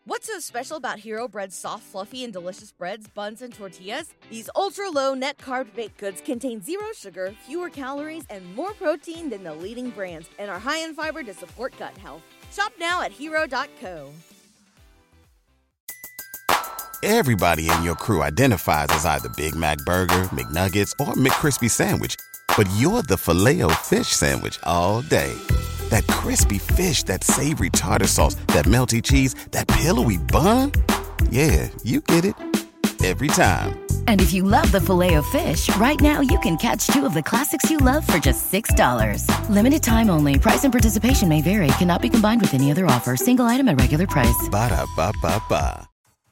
What's so special about Hero Bread's soft, fluffy, and delicious breads, buns, and tortillas? These ultra-low net-carb baked goods contain zero sugar, fewer calories, and more protein than the leading brands, and are high in fiber to support gut health. Shop now at Hero.co. Everybody in your crew identifies as either Big Mac Burger, McNuggets, or McCrispy Sandwich. But you're the Filet-O-Fish Sandwich all day. That crispy fish, that savory tartar sauce, that melty cheese, that pillowy bun. Yeah, you get it. Every time. And if you love the Filet-O-Fish, right now you can catch two of the classics you love for just $6. Limited time only. Price and participation may vary. Cannot be combined with any other offer. Single item at regular price. Ba-da-ba-ba-ba.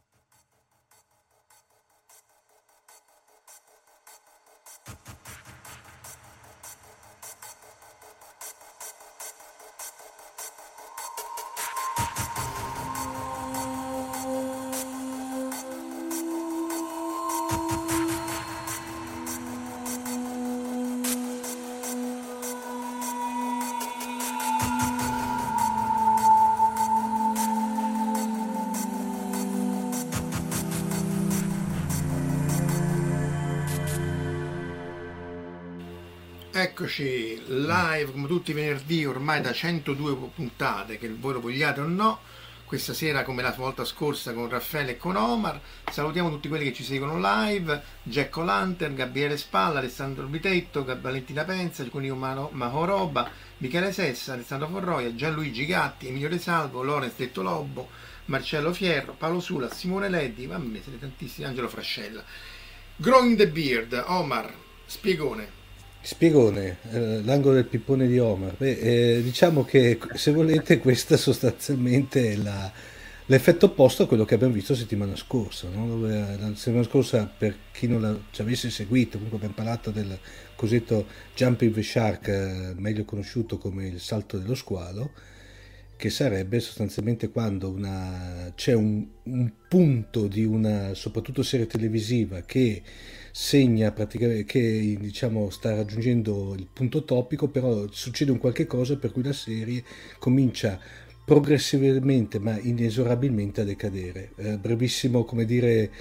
Eccoci live come tutti i venerdì ormai da 102 puntate, che voi lo vogliate o no. Questa sera, come la volta scorsa, con Raffaele e con Omar. Salutiamo tutti quelli che ci seguono live: Jack O'Lantern, Gabriele Spalla, Alessandro Bitetto, Valentina Penza, Cunio Mahoroba, Michele Sessa, Alessandro Forroia, Gianluigi Gatti, Emilio De Salvo, Lorenz Detto Lobbo, Marcello Fierro, Paolo Sula, Simone Leddi, mamma mia, siete tantissimi, Angelo Frascella. Growing the Beard, Omar, spiegone. Spiegone, l'angolo del pippone di Omar. Diciamo che, se volete, questa sostanzialmente è l'effetto opposto a quello che abbiamo visto settimana scorsa, no? Dove, la settimana scorsa, per chi non ci avesse seguito, comunque abbiamo parlato del cosiddetto Jumping the Shark, meglio conosciuto come il salto dello squalo, che sarebbe sostanzialmente quando c'è un punto di una, soprattutto serie televisiva, che segna praticamente, che diciamo sta raggiungendo il punto topico, però succede un qualche cosa per cui la serie comincia progressivamente ma inesorabilmente a decadere. Brevissimo, come dire,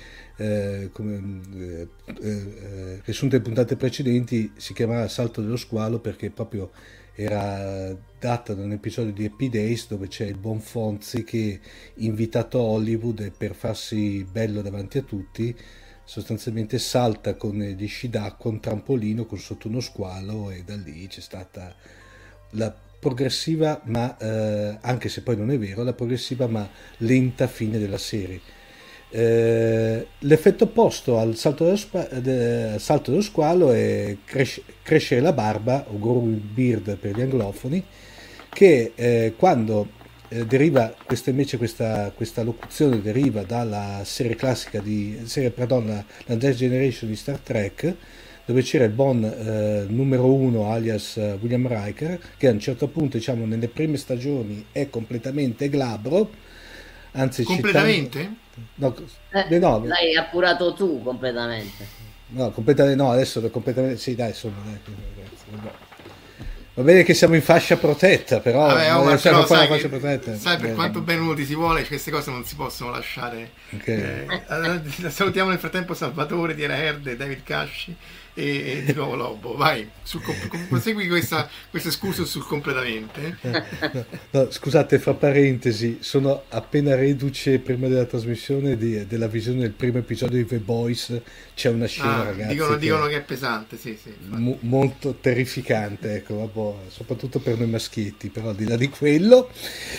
riassunto le puntate precedenti, si chiamava Salto dello Squalo perché proprio era data da un episodio di Happy Days dove c'è il buon Fonzi che, invitato a Hollywood, e per farsi bello davanti a tutti, sostanzialmente salta con gli sci d'acqua un trampolino con sotto uno squalo, e da lì c'è stata la progressiva, ma anche se poi non è vero, la progressiva ma lenta fine della serie. L'effetto opposto al salto dello squalo è crescere la barba, o growing beard per gli anglofoni, che quando deriva questa locuzione deriva dalla serie classica la Next Generation di Star Trek, dove c'era il buon numero 1 alias William Riker, che a un certo punto, diciamo, nelle prime stagioni è completamente glabro, anzi completamente? No, l'hai appurato tu completamente. No, completamente no, adesso completamente sì, dai, insomma, dai. Va bene che siamo in fascia protetta, però fascia protetta. Sai per quanto bene uno ti si vuole, queste cose non si possono lasciare. Okay. Salutiamo nel frattempo Salvatore, Tiera Herde, David Casci e di nuovo Lobo. Vai, prosegui questo escursus sul completamente. No, scusate, fra parentesi, sono appena reduce prima della trasmissione della visione del primo episodio di The Boys. C'è una scena, ragazzi, dicono che è pesante, sì. Molto terrificante, ecco, vabbè, soprattutto per noi maschietti, però al di là di quello,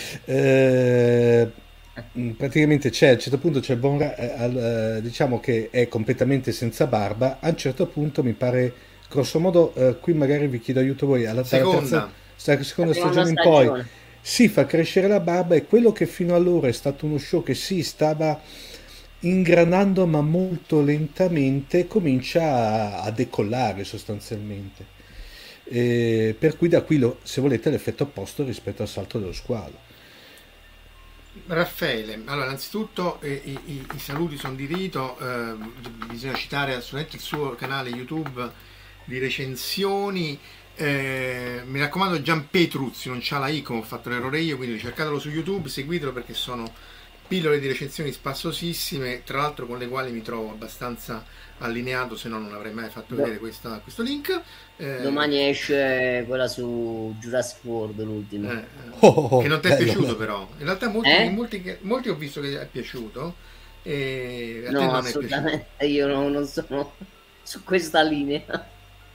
praticamente a un certo punto c'è diciamo che è completamente senza barba. A un certo punto, mi pare, grosso modo, qui magari vi chiedo aiuto voi, dalla seconda stagione in poi si fa crescere la barba, e quello che fino allora è stato uno show che si stava ingranando ma molto lentamente comincia a decollare sostanzialmente, per cui da qui se volete l'effetto opposto rispetto al salto dello squalo. Raffaele, allora innanzitutto i saluti sono di rito, bisogna citare assolutamente il suo canale YouTube di recensioni, mi raccomando, Gian Petruzzi, non c'ha la I come ho fatto l'errore io, quindi cercatelo su YouTube, seguitelo perché sono pillole di recensioni spassosissime, tra l'altro con le quali mi trovo abbastanza allineato, se no non avrei mai fatto vedere questo link. Domani esce quella su Jurassic World, l'ultima. Che non ti è piaciuto però. In realtà molti ho visto che è piaciuto. E a te No, non assolutamente, io non sono su questa linea.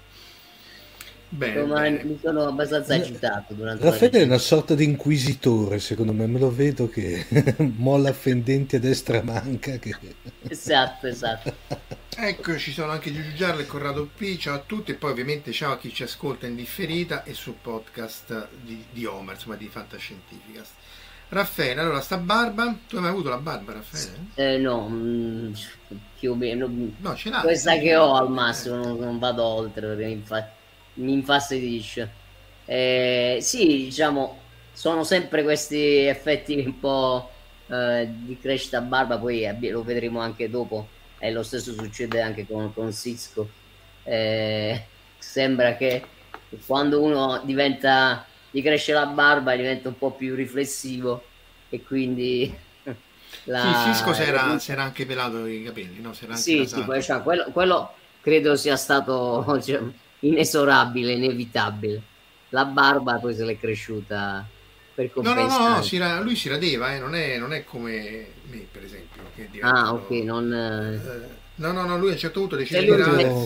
Bene. Mi sono abbastanza agitato durante la Raffaele è una sorta di inquisitore, secondo me lo vedo che molla fendenti a destra manca. Esatto. Ecco, ci sono anche Giugiu Giarlo e Corrado P. Ciao a tutti, e poi ovviamente ciao a chi ci ascolta in differita e sul podcast di Homer, insomma di Fantascientificast. Raffaele, allora sta barba, tu hai mai avuto la barba, Raffaele? No, più o meno. No, ce l'hai. Questa che ho al massimo, non vado oltre perché mi infastidisce. Sì, diciamo, sono sempre questi effetti un po' di crescita barba, poi lo vedremo anche dopo, e lo stesso succede anche con Cisco. Sembra che quando uno gli cresce la barba, diventa un po' più riflessivo, e quindi sì, Cisco si era anche pelato i capelli, no? Sì, quello credo sia stato cioè, inesorabile, inevitabile. La barba poi se l'è cresciuta per compensare. No, lui si radeva, non è come me, per esempio, che ok, no, lui a un certo punto decide di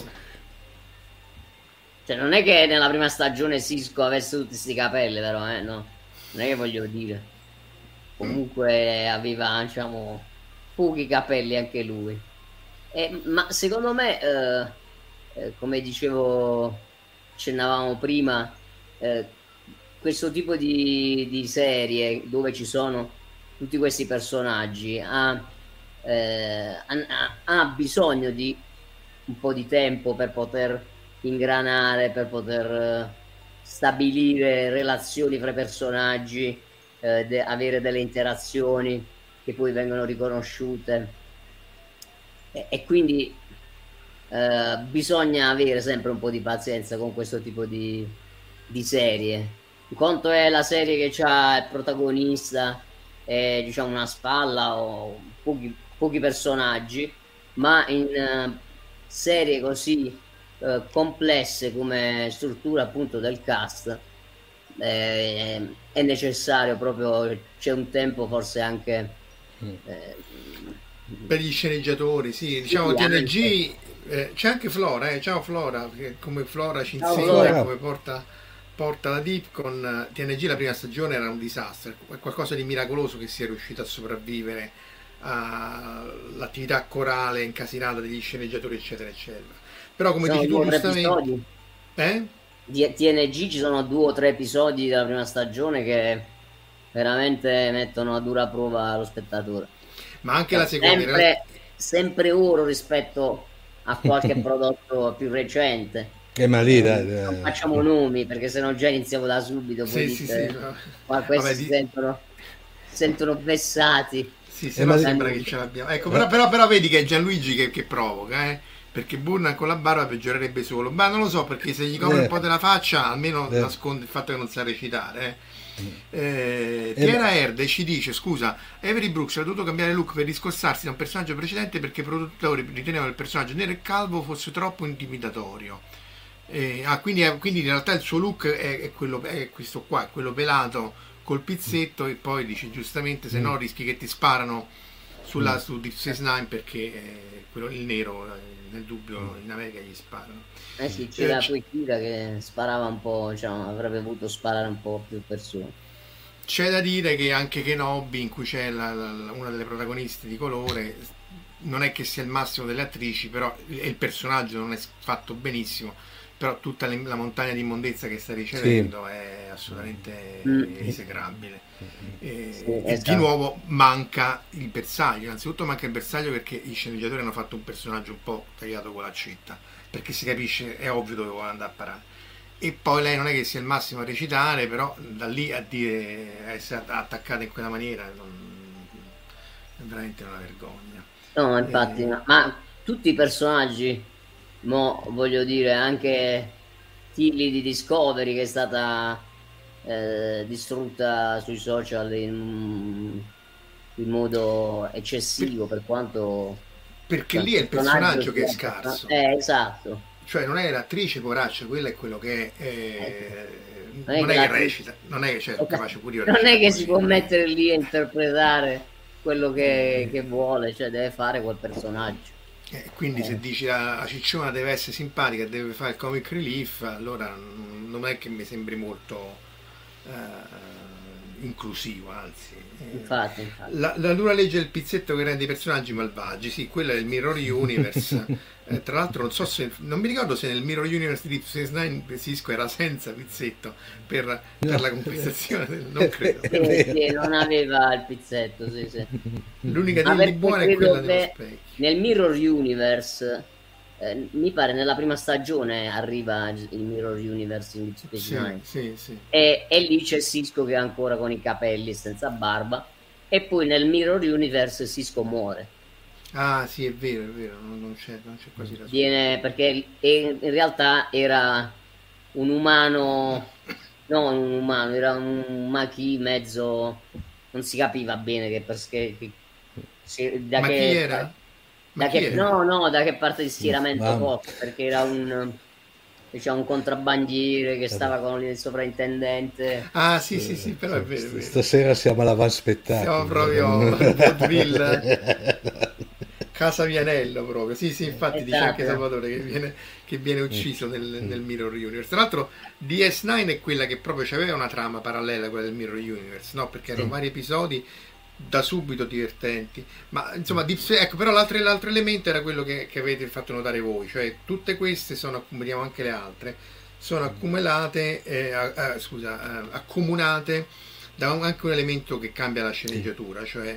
cioè non è che nella prima stagione Cisco avesse tutti questi capelli, però no, non è che voglio dire, comunque aveva, diciamo, pochi capelli anche lui. Ma secondo me come dicevo, accennavamo prima, questo tipo di serie dove ci sono tutti questi personaggi ha bisogno di un po' di tempo per poter ingranare, per poter stabilire relazioni fra i personaggi, avere delle interazioni che poi vengono riconosciute, e quindi bisogna avere sempre un po' di pazienza con questo tipo di serie. Un conto è la serie che ha il protagonista e, diciamo, una spalla o pochi personaggi, ma in serie così complesse come struttura appunto del cast è necessario proprio, c'è un tempo forse anche per gli sceneggiatori, sì, diciamo TNG. C'è anche Flora, ciao Flora, che come Flora ci insegna come porta la Deepcon. TNG la prima stagione era un disastro, è qualcosa di miracoloso che sia riuscito a sopravvivere all'attività corale incasinata degli sceneggiatori, eccetera eccetera. Però come dici tu giustamente, di TNG ci sono 2 o 3 episodi della prima stagione che veramente mettono a dura prova lo spettatore, ma anche la seconda sempre oro rispetto a qualche prodotto più recente. Ma lì non facciamo nomi, perché sennò già iniziamo da subito, questi si sentono vessati. Se no sembra che ce l'abbiamo. Ecco, però vedi che è Gianluigi che provoca, perché Burna con la barba peggiorerebbe solo. Ma non lo so, perché se gli copre un po' della faccia, almeno nasconde il fatto che non sa recitare. Tiera Erde ci dice: scusa, Avery Brooks ha dovuto cambiare look per riscossarsi da un personaggio precedente perché i produttori ritenevano il personaggio nero e calvo fosse troppo intimidatorio. Quindi in realtà il suo look è questo qua, è quello pelato col pizzetto, e poi dice giustamente se no rischi che ti sparano su Deep Space Nine, perché il nero nel dubbio in America gli sparano. Sì, c'era poi Kira che sparava un po', diciamo, avrebbe voluto sparare un po' più persone. C'è da dire che anche Kenobi, in cui c'è una delle protagoniste di colore, non è che sia il massimo delle attrici, però il personaggio non è fatto benissimo, però tutta la montagna di immondezza che sta ricevendo è assolutamente esecrabile. Di nuovo manca il bersaglio, innanzitutto manca il bersaglio perché i sceneggiatori hanno fatto un personaggio un po' tagliato con l'accetta, perché si capisce, è ovvio dove vuole andare a parare, e poi lei non è che sia il massimo a recitare, però da lì a dire essere attaccata in quella maniera è veramente una vergogna. No, infatti, ma tutti i personaggi, voglio dire, anche Tilly di Discovery, che è stata distrutta sui social in modo eccessivo, per quanto Perché lì è il personaggio che è sia- scarso. esatto. Cioè non è l'attrice, poraccia, quella è quello che è, Non è non che è che l'attrice- recita, non è che c'è capace pure io Non è recitare che così. si può mettere lì a interpretare quello che vuole, cioè deve fare quel personaggio. Quindi se dici la cicciona deve essere simpatica e deve fare il comic relief, allora non è che mi sembri molto inclusivo, anzi. Infatti. La dura legge del pizzetto che rende i personaggi malvagi, sì, quella è il Mirror Universe. Tra l'altro non mi ricordo se nel Mirror Universe di Deep Space Nine Cisco era senza pizzetto per la compensazione non credo. Sì, non aveva il pizzetto, sì. L'unica Ma di perché buona è credo quella dello che specchio. nel Mirror Universe, mi pare nella prima stagione arriva il Mirror Universe in Deep Space Nine. Sì. E lì c'è Cisco che è ancora con i capelli e senza barba, e poi nel Mirror Universe Cisco muore. Ah sì, è vero, non c'è quasi la Perché in realtà era un umano, non un umano, era un Maquis mezzo, non si capiva bene Ma chi era? da che parte di schieramento Mamma. fosse, perché era un contrabbandiere che stava con il sovrintendente. Ah sì, però è vero. Stasera siamo all'avanspettacolo. Siamo proprio al vaudeville. Casa Vianello proprio, sì, infatti dice anche Salvatore che viene ucciso nel Mirror Universe. Tra l'altro DS9 è quella che proprio aveva una trama parallela a quella del Mirror Universe, no? Perché erano vari episodi da subito divertenti, ma insomma ecco, però l'altro elemento era quello che avete fatto notare voi, cioè tutte queste vediamo anche le altre, sono accumulate, accomunate da anche un elemento che cambia la sceneggiatura, cioè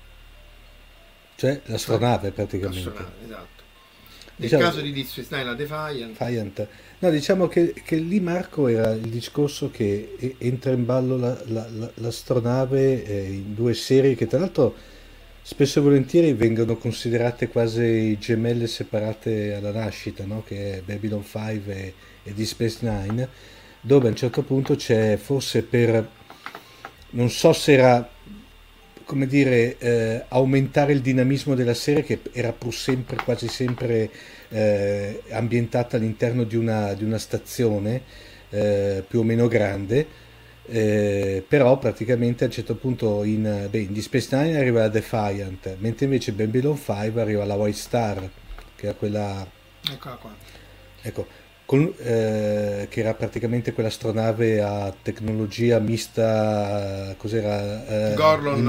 l'astronave praticamente. Esatto. Nel Diciamo, caso di Deep Space Nine la Defiant. No, diciamo che lì, Marco, era il discorso che entra in ballo l'astronave in due serie che tra l'altro spesso e volentieri vengono considerate quasi gemelle separate alla nascita, no? Che è Babylon 5 e Deep Space Nine, dove a un certo punto c'è, forse non so se era, come dire, aumentare il dinamismo della serie, che era pur sempre, quasi sempre ambientata all'interno di una stazione più o meno grande, però praticamente a un certo punto in Deep Space Nine arriva la Defiant, mentre invece in Babylon 5 arriva la White Star, che era quella, eccola qua, ecco, che era praticamente quell'astronave a tecnologia mista, cos'era? Vorlon.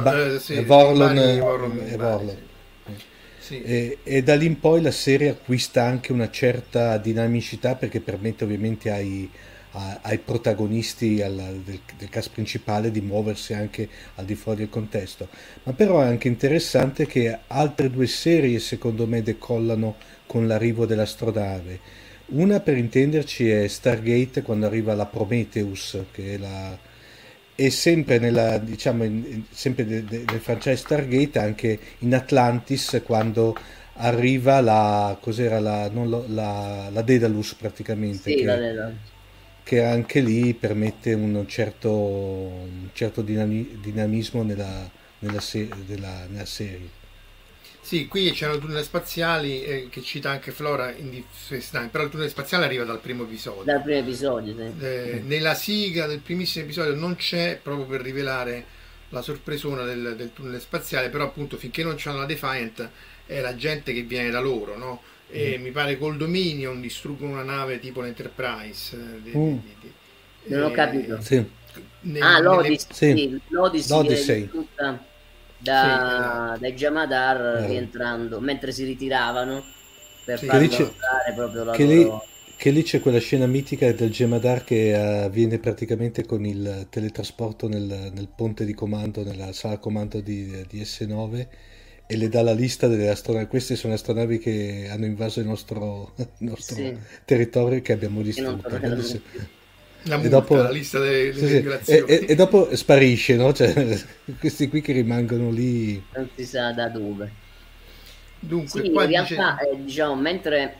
Sì. E da lì in poi la serie acquista anche una certa dinamicità, perché permette ovviamente ai protagonisti del cast principale di muoversi anche al di fuori del contesto, ma però è anche interessante che altre due serie secondo me decollano con l'arrivo dell'astronave. Una, per intenderci, è Stargate, quando arriva la Prometheus, che è sempre sempre nel franchise Stargate, anche in Atlantis, quando arriva la Daedalus praticamente, Sì, la Daedalus, che anche lì permette un certo dinamismo nella serie. Sì, qui c'erano tunnel spaziali che cita anche Flora in Deep Space Nine, però il tunnel spaziale arriva dal primo episodio. Dal primo episodio, sì. Nella sigla del primissimo episodio non c'è, proprio per rivelare la sorpresona del tunnel spaziale, però appunto finché non c'hanno la Defiant è la gente che viene da loro, no? E mi pare col Dominion distruggono una nave tipo l'Enterprise. Non ho capito. Sì. L'Odyssey L'Odyssey. Tutta dai Jamadar rientrando mentre si ritiravano per farlo entrare proprio la loro... Che lì c'è quella scena mitica del Jemadar che avviene praticamente con il teletrasporto nel ponte di comando, nella sala comando di S9, e le dà la lista delle astronavi. Queste sono astronavi che hanno invaso il nostro territorio, che abbiamo distrutto. La lista delle migrazioni. E dopo sparisce, no? Cioè, questi qui che rimangono lì. Non si sa da dove. Dunque, sì, qua in realtà, diciamo, mentre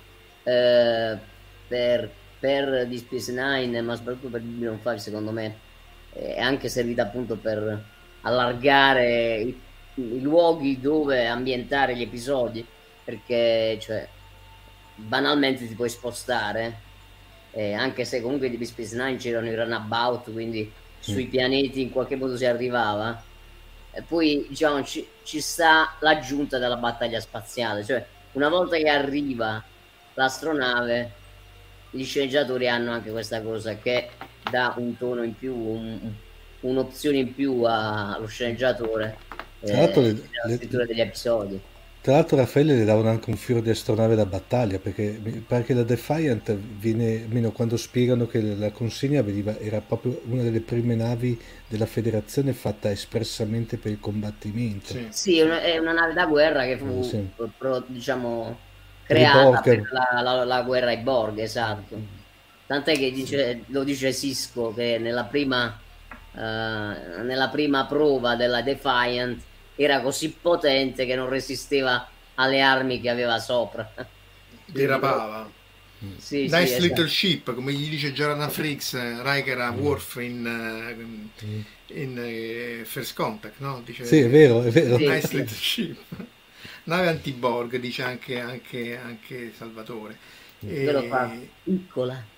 per Deep Space Nine, ma soprattutto per Babylon 5, secondo me, è anche servita appunto per allargare i luoghi dove ambientare gli episodi, perché cioè banalmente ti puoi spostare, anche se comunque di Deep Space Nine c'erano i runabout, quindi sui pianeti in qualche modo si arrivava. E poi diciamo ci sta l'aggiunta della battaglia spaziale, cioè una volta che arriva l'astronave, gli sceneggiatori hanno anche questa cosa che dà un tono in più, un'opzione in più allo sceneggiatore nella scrittura degli episodi. Tra l'altro Raffaele le davano anche un filo di astronave da battaglia, perché mi pare che la Defiant viene, almeno quando spiegano che la consegna era proprio una delle prime navi della Federazione fatta espressamente per il combattimento. Sì, è una nave da guerra che fu diciamo Per creata per la guerra ai Borg, esatto. Tant'è che lo dice Sisko che nella prima prova della Defiant era così potente che non resisteva alle armi che aveva sopra. Derapava. Sì, Nice little ship, come gli dice Jonathan Frakes, Riker a Worf in First Contact, no? Dice, sì, è vero. Nice little ship. Nave anti-Borg, dice anche Salvatore. Piccola.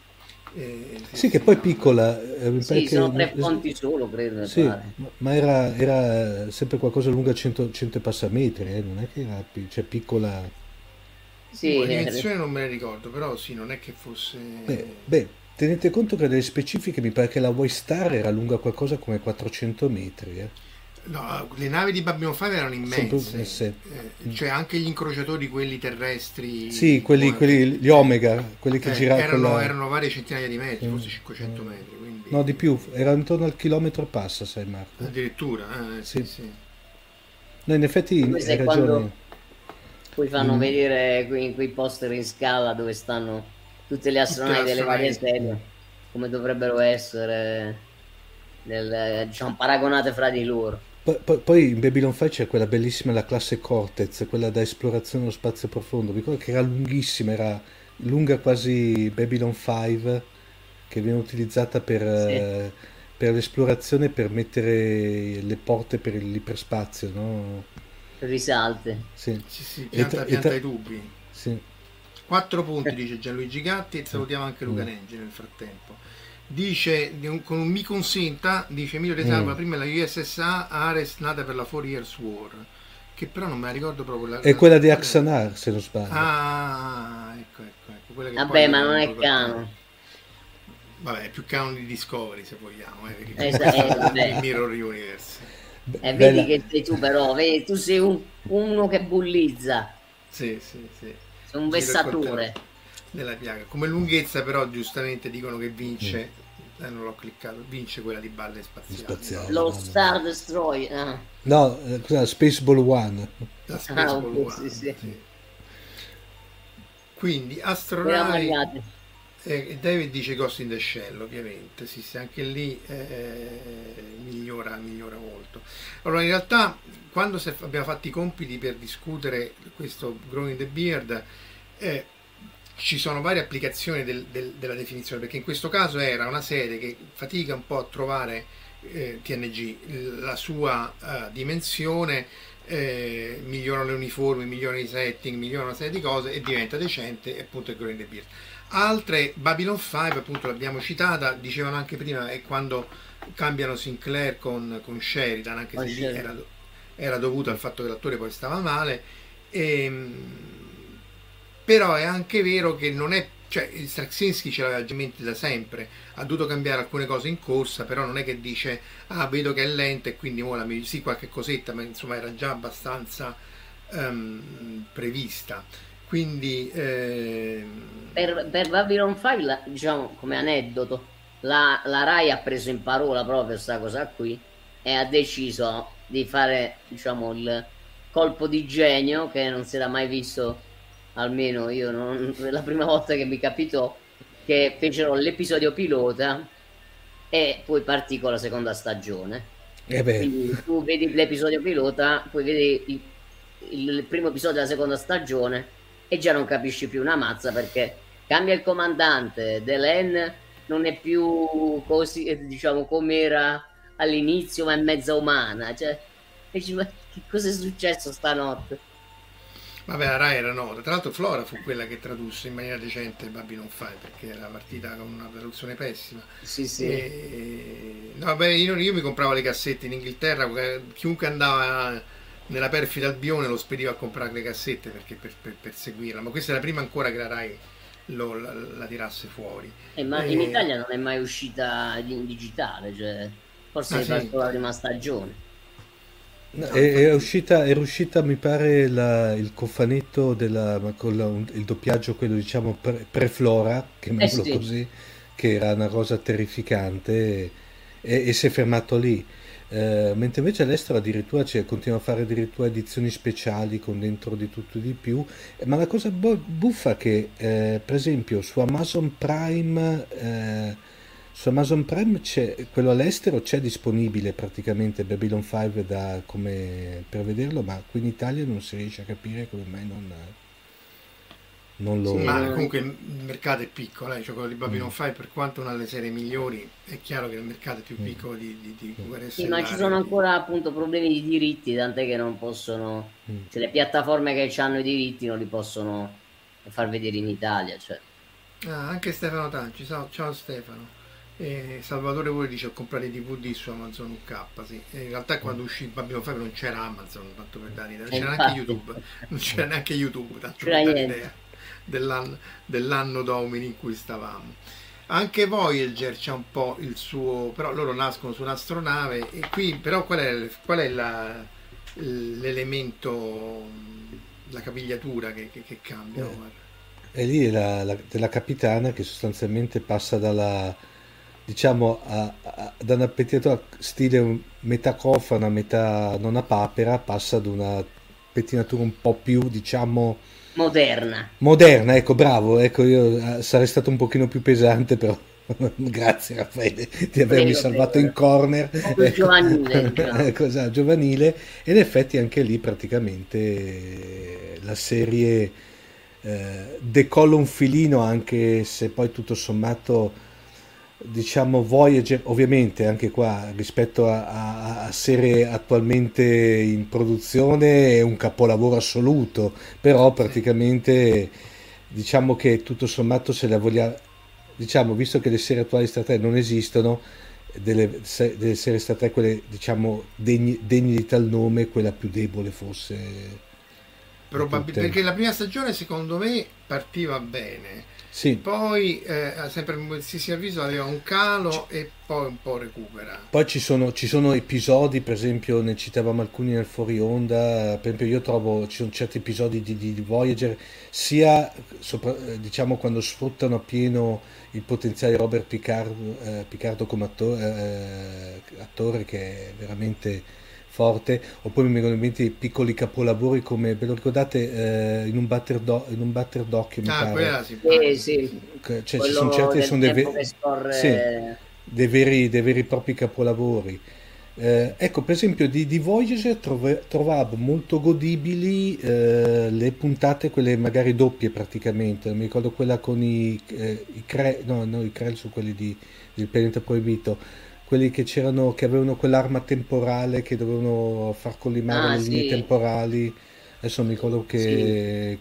Sì, che poi piccola. Sì, sono 3 ponti solo, credo. Sì, ma era sempre qualcosa lunga 100 passametri, non è che era piccola. Sì, la dimensione non me ne ricordo, però sì, non è che fosse... Beh, tenete conto che delle specifiche mi pare che la Y-Star era lunga qualcosa come 400 metri. No, le navi di Babylon 5 erano immense, cioè anche gli incrociatori, quelli terrestri, sì, quelli gli Omega, quelli che giravano, erano varie centinaia di metri, forse 500 metri, quindi... no, di più, era intorno al chilometro passa, sai Marco, addirittura, sì. No, in effetti hai ragione. Poi fanno vedere in quei poster in scala dove stanno tutte le astronavi delle varie serie, come dovrebbero essere diciamo paragonate fra di loro. Poi in Babylon 5 c'è quella bellissima, la classe Cortez, quella da esplorazione nello spazio profondo. Mi ricordo che era lunghissima, era lunga quasi Babylon 5, che viene utilizzata per l'esplorazione, per mettere le porte per l'iperspazio, no? Risalte. Sì, pianta i tubi. Sì. 4 punti, dice Gianluigi Gatti, e salutiamo anche Luca Nengi nel frattempo. Dice, con un mi consenta, dice Emilio De Salvo, la prima è la USSA Ares, nata per la 4 Years War, che però non me la ricordo proprio. È quella di Axanar, se non sbaglio. Ah, ecco. Quella che vabbè, ma non è canon. Vabbè, è più canon di Discovery, se vogliamo, il Mirror Universe. Vedi che sei tu, però, vedi, tu sei uno che bullizza. Sì. Sei un vessatore. Nella piaga. Come lunghezza però giustamente dicono che vince, non l'ho cliccato, vince quella di balle spaziali. Lo Star Destroyer. No, Spaceball One. La Spaceball One. Sì. Quindi astronavi. David dice Ghost in the Shell, ovviamente, sì, anche lì migliora molto. Allora, in realtà, quando abbiamo fatto i compiti per discutere questo Growing the Beard, ci sono varie applicazioni della definizione, perché in questo caso era una serie che fatica un po' a trovare TNG, la sua dimensione, migliorano le uniformi, migliorano i setting, migliorano una serie di cose e diventa decente, e appunto è Growing the Beard. Altre, Babylon 5, appunto l'abbiamo citata, dicevano anche prima, è quando cambiano Sinclair con Sheridan, anche se lì era dovuto al fatto che l'attore poi stava male, però è anche vero che non è, cioè Straczynski ce l'aveva già in mente da sempre, ha dovuto cambiare alcune cose in corsa, però non è che dice vedo che è lenta e quindi sì, qualche cosetta, ma insomma era già abbastanza prevista. Quindi per Babylon 5, diciamo come aneddoto, la Rai ha preso in parola proprio questa cosa qui e ha deciso di fare, diciamo, il colpo di genio che non si era mai visto, almeno io non, la prima volta che mi capitò, che fecero l'episodio pilota e poi partì con la seconda stagione. Quindi tu vedi l'episodio pilota, poi vedi il primo episodio della seconda stagione e già non capisci più una mazza, perché cambia il comandante, Delenn non è più così, diciamo, come era all'inizio, ma è mezza umana, cioè Che cosa è successo stanotte? Vabbè, la Rai era nota. Tra l'altro Flora fu quella che tradusse in maniera decente Babylon 5, perché era partita con una traduzione pessima. Sì, sì. No, vabbè, io mi compravo le cassette in Inghilterra, chiunque andava nella perfida Albione lo spediva a comprare le cassette perché per seguirla, ma questa era prima ancora che la Rai la tirasse fuori. Ma in Italia non è mai uscita in digitale, cioè, forse è sì. la prima stagione. No, era uscita, mi pare, il cofanetto il doppiaggio, quello diciamo pre-Flora, chiamiamolo Sì. così, che era una cosa terrificante e si è fermato lì. Mentre invece all'estero addirittura continua a fare addirittura edizioni speciali con dentro di tutto e di più. Ma la cosa buffa è che, per esempio, su Amazon Prime c'è, quello all'estero c'è disponibile praticamente Babylon 5 per vederlo, ma qui in Italia non si riesce a capire come mai non lo... Sì, ma comunque il mercato è piccolo, cioè quello di Babylon 5, per quanto una delle serie migliori, è chiaro che il mercato è più piccolo di Guerre Sì, ma ci sono ancora appunto problemi di diritti, tant'è che non possono, cioè le piattaforme che hanno i diritti non li possono far vedere in Italia, cioè. Anche Stefano Tanci, ciao Stefano. Salvatore pure dice: ho comprato i DVD su Amazon UK, sì. In realtà quando uscì Babylon 5 non c'era Amazon, tanto per dare idea, non c'era neanche YouTube, non c'era neanche YouTube, tanto per dare idea dell'anno domini in cui stavamo. Anche Voyager c'è un po' il suo, però loro nascono su un'astronave e qui però qual è l'elemento, la capigliatura che cambia? E lì è della capitana che sostanzialmente passa diciamo da una pettinatura stile metà cofana, metà nonna papera, passa ad una pettinatura un po' più, diciamo, moderna, ecco, bravo, ecco, io sarei stato un pochino più pesante, però grazie Raffaele di avermi salvato in corner, giovanile, diciamo. Giovanile, ed in effetti anche lì praticamente la serie decolla un filino, anche se poi tutto sommato, diciamo, Voyager ovviamente anche qua rispetto a serie attualmente in produzione è un capolavoro assoluto, però praticamente diciamo che tutto sommato, se la vogliamo, diciamo, visto che le serie attuali Star Trek non esistono, delle serie Star Trek, quelle diciamo degne di tal nome, quella più debole forse. Perché la prima stagione secondo me partiva bene, sì. Poi sempre si avviso aveva un calo e poi un po' recupera. Poi ci sono episodi, per esempio ne citavamo alcuni nel fuori onda, per esempio io trovo ci sono certi episodi di Voyager, sia diciamo quando sfruttano appieno il potenziale di Robert Picardo come attore che è veramente forte, oppure mi vengono in mente piccoli capolavori come, ve lo ricordate, in un batter d'occhio, mi pare. Quella sì, sì. Cioè, ci sono certi che sono dei veri propri capolavori. Ecco, per esempio di Voyager trovavo molto godibili le puntate, quelle magari doppie praticamente. Mi ricordo quella con i Krell sono quelli del pianeta proibito, quelli che avevano quell'arma temporale che dovevano far collimare le linee temporali. Adesso mi ricordo che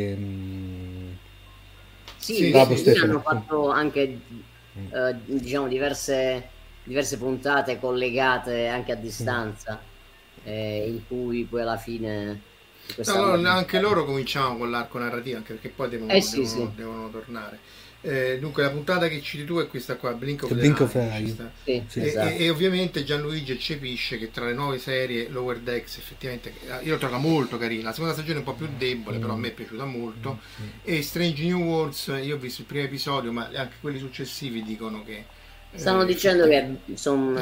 hanno fatto anche diciamo diverse puntate collegate anche a distanza, in cui poi alla fine anche loro cominciamo con l'arco narrativo, anche perché poi devono tornare. Dunque la puntata che citi tu è questa qua, Blink of the Eye, esatto. E ovviamente Gianluigi eccepisce che tra le nuove serie Lower Decks effettivamente io l'ho trovata molto carina, la seconda stagione è un po' più debole, però a me è piaciuta molto, e Strange New Worlds io ho visto il primo episodio, ma anche quelli successivi dicono che stanno dicendo che non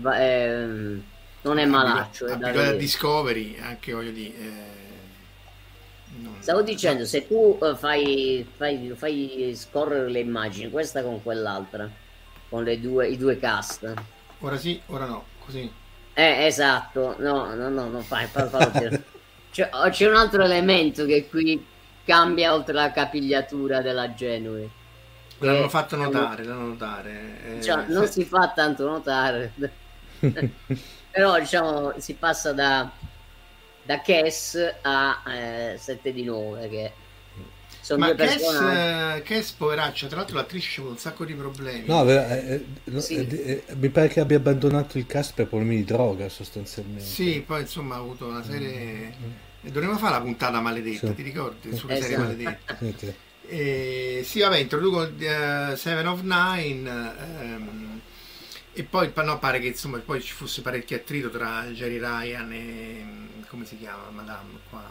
è malaccio, abituati a Discovery, anche voglio dire stavo dicendo, se tu fai scorrere le immagini, questa con quell'altra, con i due cast, ora sì, ora no, così esatto, no, fallo dire. C'è un altro elemento che qui cambia oltre la capigliatura della Genui, l'hanno fatto notare, non si fa tanto notare però diciamo si passa da Cass a 7 di 9, che sono Ma due personaggi. Cass poveraccia, tra l'altro l'attrice ha avuto un sacco di problemi. No, Sì. mi pare che abbia abbandonato il cast per problemi di droga sostanzialmente. Sì, poi insomma ha avuto una serie. Dovremmo fare la puntata maledetta, Sì. ti ricordi? Sulle serie Esatto. maledette. Sì. Sì, vabbè, introduco Seven of Nine. E poi no, pare che insomma poi ci fosse parecchio attrito tra Jerry Ryan e come si chiama Madame qua?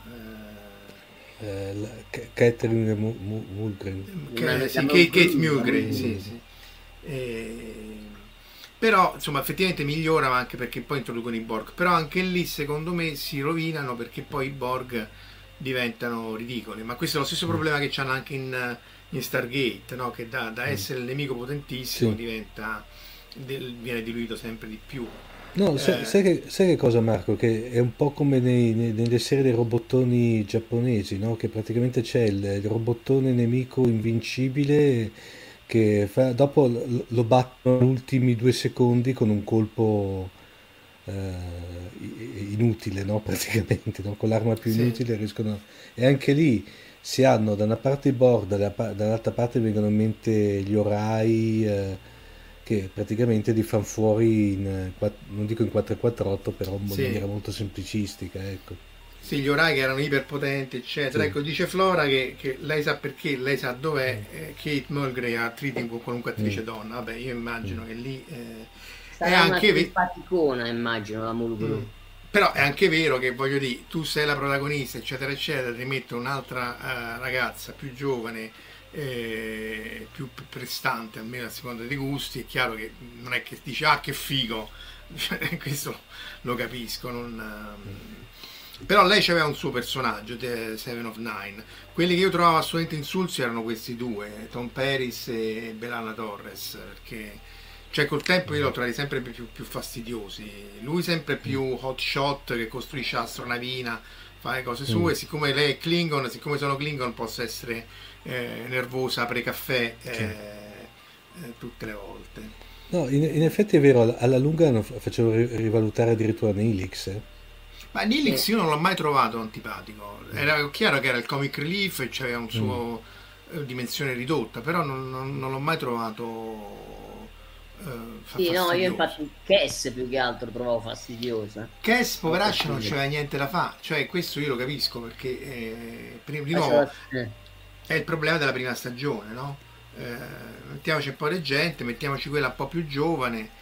Catherine Mulgrew. Sì, Kate Mulgrew, sì, sì. Però insomma effettivamente migliora anche perché poi introducono i Borg, però anche lì secondo me si rovinano perché poi i Borg diventano ridicoli, ma questo è lo stesso problema che c'hanno anche in Stargate, no? Che da essere il nemico potentissimo Sì. viene diluito sempre di più. No, sai che cosa, Marco? Che è un po' come nelle serie dei robottoni giapponesi, no? Che praticamente c'è il robottone nemico invincibile che dopo lo battono negli ultimi 2 secondi con un colpo inutile, no? Praticamente, no? Con l'arma più Sì. inutile riescono. E anche lì si hanno da una parte i Borg, dall'altra parte vengono in mente gli Orai, che praticamente li fanno fuori non dico in 448, però in Sì. maniera molto semplicistica, ecco. Sì, gli orai che erano iperpotenti, eccetera. Sì. Ecco, dice Flora che lei sa perché, lei sa dov'è Kate Mulgrew ha attriti con qualunque attrice donna. Vabbè, io immagino che lì è Sarà una anche simpaticona, immagino, la Mulgrew. però è anche vero che voglio dire, tu sei la protagonista, eccetera, eccetera, ti metto un'altra ragazza più giovane, più prestante, almeno a seconda dei gusti. È chiaro che non è che dici ah che figo, questo lo capisco, però lei aveva un suo personaggio, Seven of Nine. Quelli che io trovavo assolutamente insulsi erano questi due, Tom Paris e Belana Torres, perché cioè col tempo io li ho trovati sempre più fastidiosi. Lui sempre più hotshot che costruisce l'astronavina, fa le cose sue, siccome lei è Klingon, siccome sono Klingon posso essere nervosa, apre caffè tutte le volte. No, in effetti è vero, alla lunga facevo rivalutare addirittura Neelix. Ma Neelix io non l'ho mai trovato antipatico, era chiaro che era il comic relief e c'aveva un suo dimensione ridotta, però non l'ho mai trovato Sì, no, io fastidioso. infatti Cass più che altro trovavo fastidiosa. Cass poveraccia non c'aveva niente da fare, cioè questo io lo capisco perché di nuovo è il problema della prima stagione, no? Mettiamoci un po' di gente, mettiamoci quella un po' più giovane,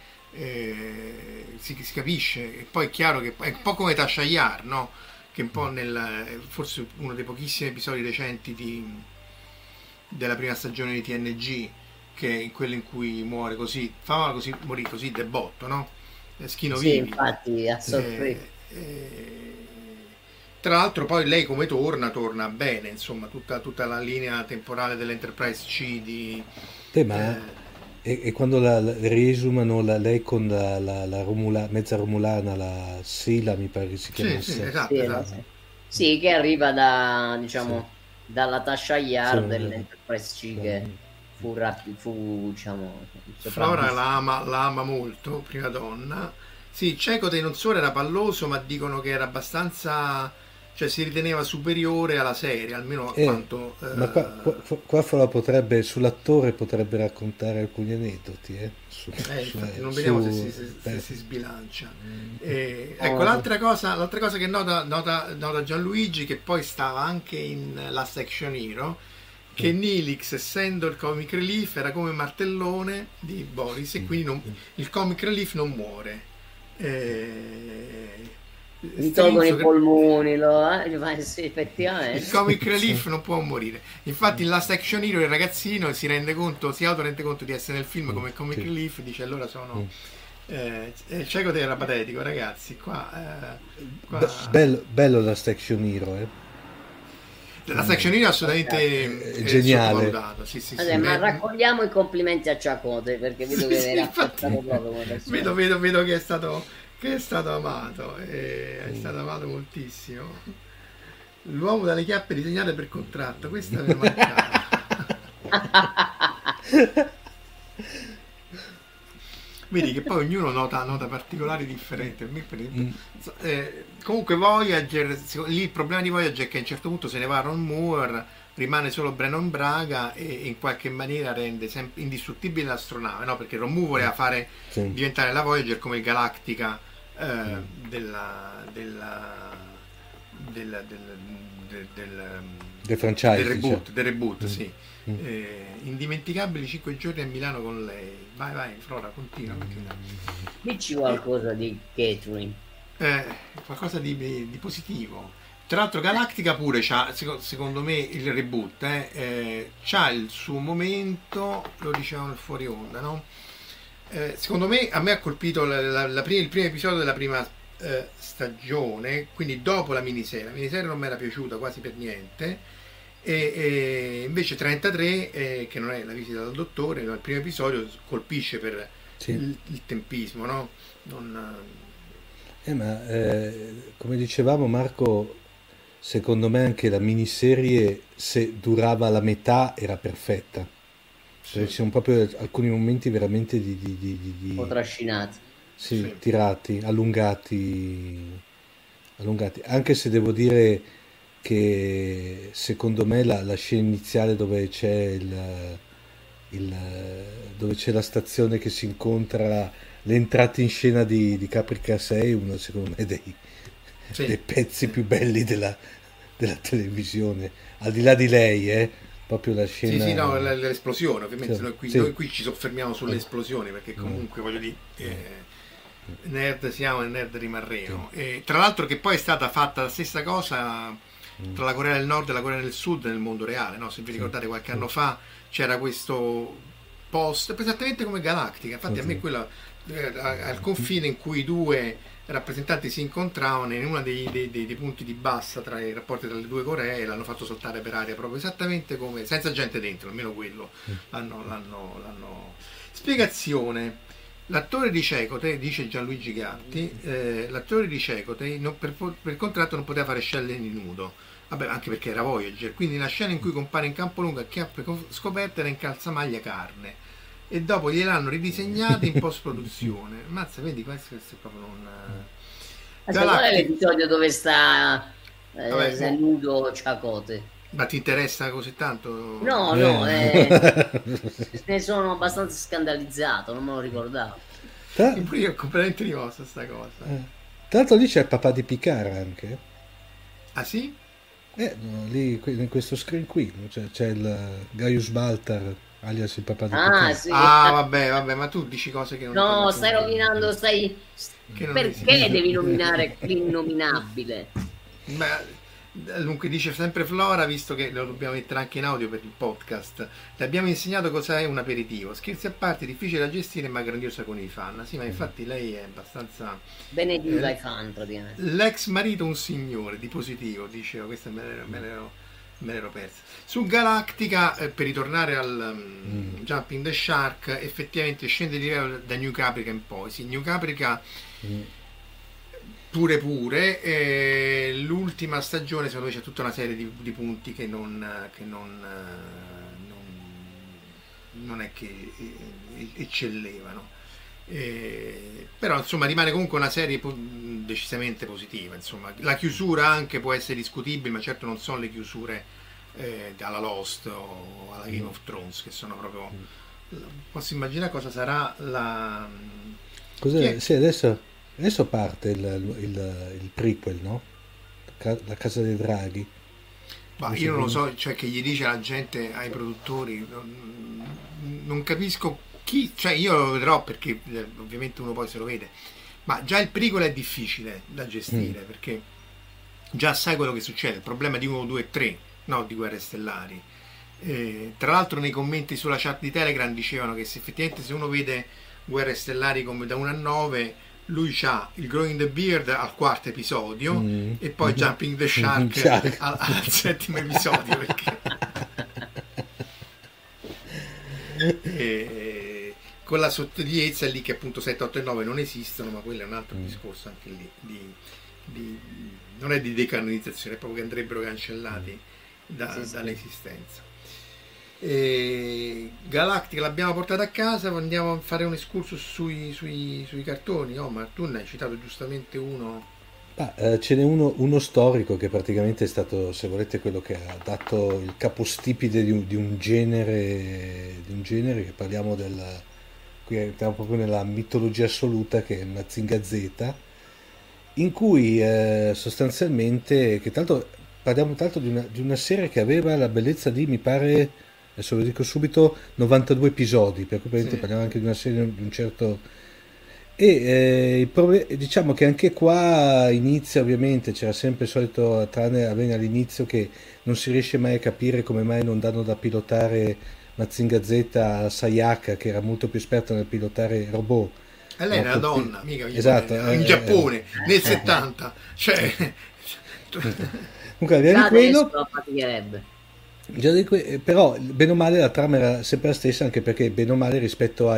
si capisce. E poi è chiaro che è un po' come Tasha Yar, no? Che un po' forse uno dei pochissimi episodi recenti della prima stagione di TNG, che è quello in cui muore così, morì così de botto, no? Schino Sì, vivi. infatti a sorpresa. Tra l'altro poi lei come torna bene, insomma, tutta la linea temporale dell'Enterprise C di... E quando la riesumano lei con la mezza romulana, la Sila mi pare che si chiamasse. Sì, esatto, Sì, esatto. sì, che arriva da, diciamo, dalla Tasha Yar Sì. dell'Enterprise C che fu diciamo, Flora la ama molto, prima donna. Sì, Chakotay non solo era palloso, ma dicono che era abbastanza, cioè si riteneva superiore alla serie, almeno a quanto... Ma qua Flora sull'attore potrebbe raccontare alcuni aneddoti, infatti non vediamo se si sbilancia. Ecco, l'altra cosa che nota Gianluigi, che poi stava anche in Last Action Hero, che Neelix, essendo il comic relief, era come martellone di Boris e quindi il comic relief non muore. Mi tolgono i polmoni, sì, effettivamente. Il comic relief non può morire. Infatti in Last Action Hero il ragazzino si autorende conto di essere nel film come comic relief, dice allora sono... Chakotay era patetico, ragazzi. Qua... bello Last Action Hero, La Action Hero è assolutamente geniale. sottovalutato. Sì, Vabbè, ma raccogliamo i complimenti a Chakotay perché vedo che era apprezzato proprio come persona. vedo che è stato amato, è stato amato moltissimo. L'uomo dalle chiappe disegnate per contratto, questa mi mancava. Vedi che poi ognuno nota particolari differenti. Per me, per esempio, comunque Voyager, lì il problema di Voyager è che a un certo punto se ne va Ron Moore, rimane solo Brennan Braga e in qualche maniera rende sempre indistruttibile l'astronave, no? Perché Ron Moore voleva fare diventare la Voyager come il Galactica del franchise, del reboot, sì. Indimenticabili 5 giorni a Milano con lei. Vai Flora, continua. Dici qualcosa di Catherine. Qualcosa di positivo. Tra l'altro Galactica pure c'ha, secondo me, il reboot c'ha il suo momento, lo dicevano fuori onda, no? Secondo me, a me ha colpito il primo episodio della prima stagione, quindi dopo la miniserie. La miniserie non mi era piaciuta quasi per niente, e invece 33, che non è la visita dal dottore, no, il primo episodio colpisce per il tempismo, no? Ma come dicevamo, Marco, secondo me anche la miniserie, se durava la metà, era perfetta. Cioè, ci sono proprio alcuni momenti veramente un po' trascinati. Sì, tirati, allungati, anche se devo dire che secondo me la scena iniziale dove c'è dove c'è la stazione che si incontra, l'entrata in scena di Caprica 6, uno secondo me dei pezzi più belli della televisione, al di là di lei, proprio la scena. Sì, no, l'esplosione, ovviamente noi qui ci soffermiamo sulle esplosioni, perché comunque voglio dire, nerd siamo e nerd rimarremo. E tra l'altro che poi è stata fatta la stessa cosa tra la Corea del Nord e la Corea del Sud nel mondo reale, no? Se vi ricordate, qualche anno fa c'era questo post esattamente come Galactica, infatti a me quello al confine in cui i due rappresentanti si incontravano in uno dei punti di bassa tra i rapporti tra le due Coree, l'hanno fatto saltare per aria proprio esattamente come, senza gente dentro, almeno quello l'hanno. Spiegazione: l'attore di Cecote, dice Gianluigi Gatti, l'attore di Cecote per contratto non poteva fare scene di nudo. Vabbè, anche perché era Voyager, quindi la scena in cui compare in campo lungo a chiappe scoperte era in calzamaglia carne, e dopo gliel'hanno ridisegnata in post produzione. Mazza, vedi, questo è proprio qual è l'episodio dove sta nudo Ciacote? Ma ti interessa così tanto? No, ne sono abbastanza scandalizzato, non me lo ricordavo. Io ho completamente rimosso sta cosa. Tra l'altro lì c'è il papà di Picard anche. Ah sì? No, lì in questo screen qui c'è il Gaius Baltar, alias il papà di Picard. Sì. Vabbè, ma tu dici cose che non... No, stai rovinando, perché devi nominare l'innominabile? Ma dunque, dice sempre Flora, visto che lo dobbiamo mettere anche in audio per il podcast, le abbiamo insegnato cosa è un aperitivo. Scherzi a parte, difficile da gestire ma grandiosa con i fan. Sì, ma infatti lei è abbastanza benedita ai fan, praticamente. L'ex marito un signore di positivo, dicevo, questa me l'ero persa. Su Galactica, per ritornare al Jumping the Shark, effettivamente scende di livello da New Caprica in poi. Sì, New Caprica pure l'ultima stagione secondo me c'è tutta una serie di punti che non è che eccellevano, però insomma rimane comunque una serie decisamente positiva. Insomma, la chiusura anche può essere discutibile, ma certo non sono le chiusure alla Lost o alla Game of Thrones, che sono proprio, posso immaginare cosa sarà sì, adesso parte il prequel, no? La Casa dei Draghi. Ma io non lo so, cioè, che gli dice la gente, ai produttori, non capisco chi, cioè io lo vedrò perché ovviamente uno poi se lo vede, ma già il prequel è difficile da gestire, perché già sai quello che succede, il problema di 1, 2 e 3, no, di Guerre Stellari. Tra l'altro nei commenti sulla chat di Telegram dicevano che effettivamente se uno vede Guerre Stellari come da 1 a 9, lui c'ha il Growing the Beard al 4º episodio e poi Jumping the Shark al 7º episodio, perché con la sottigliezza lì che appunto 7, 8 e 9 non esistono, ma quello è un altro discorso anche lì non è di decanonizzazione, è proprio che andrebbero cancellati dall'esistenza. Galactica l'abbiamo portata a casa, andiamo a fare un excursus sui cartoni. Omar, tu ne hai citato giustamente uno. Ce n'è uno storico che praticamente è stato, se volete, quello che ha dato il capostipite di un genere che parliamo qui entriamo proprio nella mitologia assoluta, che è Mazinga Z, in cui sostanzialmente, che tanto parliamo tanto di una serie che aveva la bellezza di, mi pare, adesso lo dico subito, 92 episodi, per cui Sì. parliamo anche di una serie di un certo. Diciamo che anche qua inizia, ovviamente c'era sempre il solito tranne avviene all'inizio, che non si riesce mai a capire come mai non danno da pilotare Mazinga Z a Sayaka, che era molto più esperta nel pilotare robot. E lei No, era una donna, mica esatto, in Giappone nel 70, cioè comunque, Già adesso quello, lo faticherebbe. però bene o male la trama era sempre la stessa, anche perché bene o male rispetto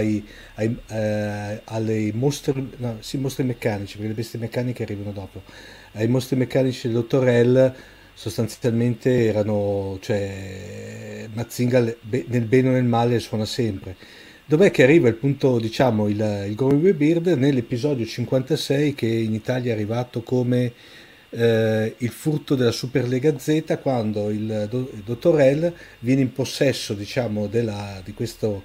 alle mostri, no, sì, mostri meccanici, perché le bestie meccaniche arrivano dopo, ai mostri meccanici del dottor L, sostanzialmente erano, cioè Mazinga nel bene o nel male suona sempre. Dov'è che arriva il punto, diciamo, il Gory Beard nell'episodio 56, che in Italia è arrivato come il furto della Superlega Z, quando il dottor L viene in possesso, diciamo, di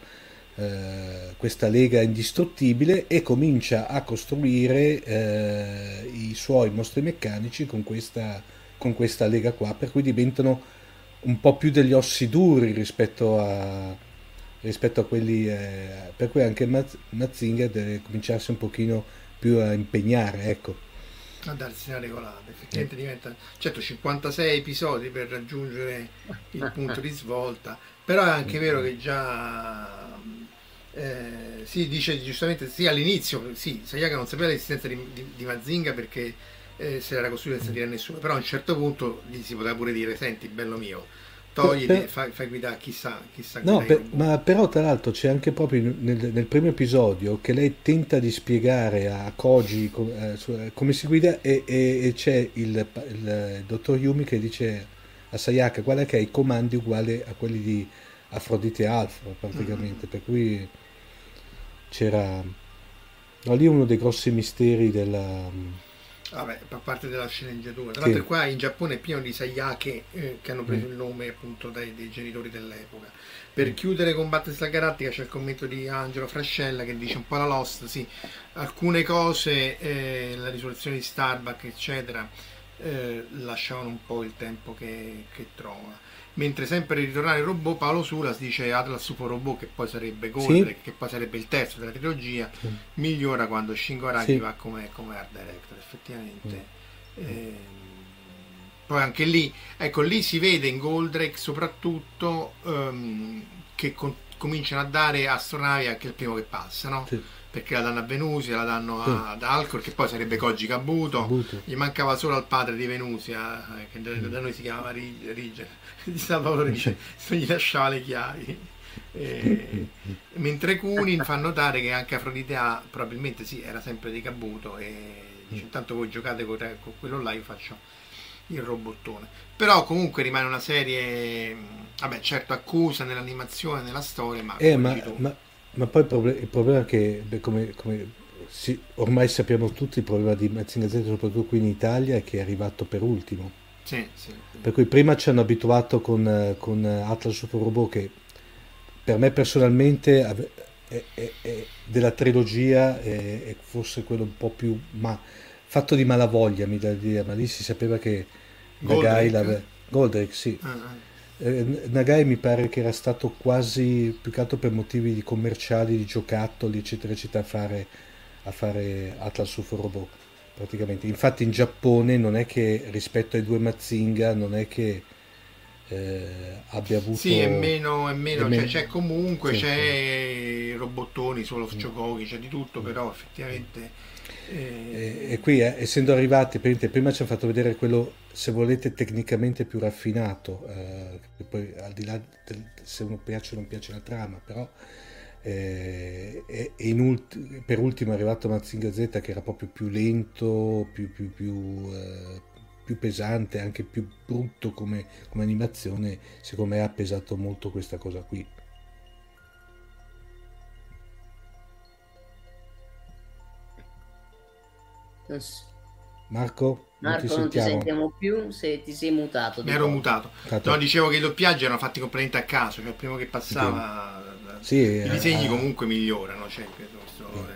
questa lega indistruttibile, e comincia a costruire i suoi mostri meccanici con questa lega qua, per cui diventano un po' più degli ossi duri rispetto a quelli, per cui anche Mazinga deve cominciarsi un pochino più a impegnare, ecco. a darsi una regolata. Effettivamente diventa, certo, 56 episodi per raggiungere il punto di svolta, però è anche vero che già si dice giustamente, sì, all'inizio, sì, Sayaka non sapeva l'esistenza di Mazinga, perché se l'era costruita senza dire a nessuno, però a un certo punto gli si poteva pure dire: senti, bello mio, togliti, fai guidare chissà No, guidare i robot. ma però tra l'altro c'è anche proprio nel primo episodio che lei tenta di spiegare a Koji come si guida, e c'è il dottor Yumi che dice a Sayaka: guarda che ha i comandi uguali a quelli di Afrodite Alpha praticamente, per cui c'era, no, lì uno dei grossi misteri della. Vabbè, a parte della sceneggiatura. Tra Sì. l'altro qua in Giappone è pieno di Sayake che hanno preso il nome appunto dei genitori dell'epoca. Per chiudere con Battlestar Galactica c'è il commento di Angelo Frascella che dice un po' la Lost, sì, alcune cose, la risoluzione di Starbuck eccetera, lasciavano un po' il tempo che trova. Mentre sempre ritornare il robot, Paolo Sulas dice Atlas Super Robot, che poi sarebbe Goldrake, che poi sarebbe il terzo della trilogia, migliora quando Shingo Araki Sì. va come art director, effettivamente. Poi anche lì, ecco, lì si vede in Goldrake soprattutto che cominciano a dare astronavi anche il primo che passa, no? Sì. Perché la danno a Venusia, la danno ad Alcor, che poi sarebbe Koji Kabuto. Gli mancava solo al padre di Venusia, che da noi si chiamava Riger, di San Paolo Riger, non gli lasciava le chiavi. Mentre Kunin fa notare che anche Afrodite A probabilmente sì, era sempre di Kabuto, e dice: intanto voi giocate con quello là, io faccio il robottone. Però comunque rimane una serie, vabbè, certo accusa nell'animazione, nella storia, ma come dici tu, Ma poi il problema è che, beh, ormai sappiamo tutti, il problema di Mazinga Z, soprattutto qui in Italia, è che è arrivato per ultimo. sì, sì. Per cui prima ci hanno abituato con Atlas Super Robot, che per me personalmente della trilogia è forse quello un po' più fatto di malavoglia, mi dà l'idea, ma lì si sapeva che Nagai Goldrake, sì. Nagai mi pare che era stato quasi, più che altro per motivi commerciali, di giocattoli eccetera eccetera, a fare Atlas Super Robot praticamente. Infatti in Giappone non è che, rispetto ai due Mazinga, non è che abbia avuto, Sì, è meno, cioè, c'è comunque, sì, c'è robottoni, solo Chokogi, c'è di tutto, però effettivamente e qui essendo arrivati, prima ci hanno fatto vedere quello, se volete, tecnicamente più raffinato, che poi al di là se uno piace o non piace la trama, però per ultimo è arrivato Mazinga Z, che era proprio più lento, più più pesante, anche più brutto come animazione, secondo me ha pesato molto questa cosa qui. Marco, non ti sentiamo più, se ti sei mutato. Mi ero mutato. No, dicevo che i doppiaggi erano fatti completamente a caso, cioè prima che passava i disegni comunque migliorano, cioè, questo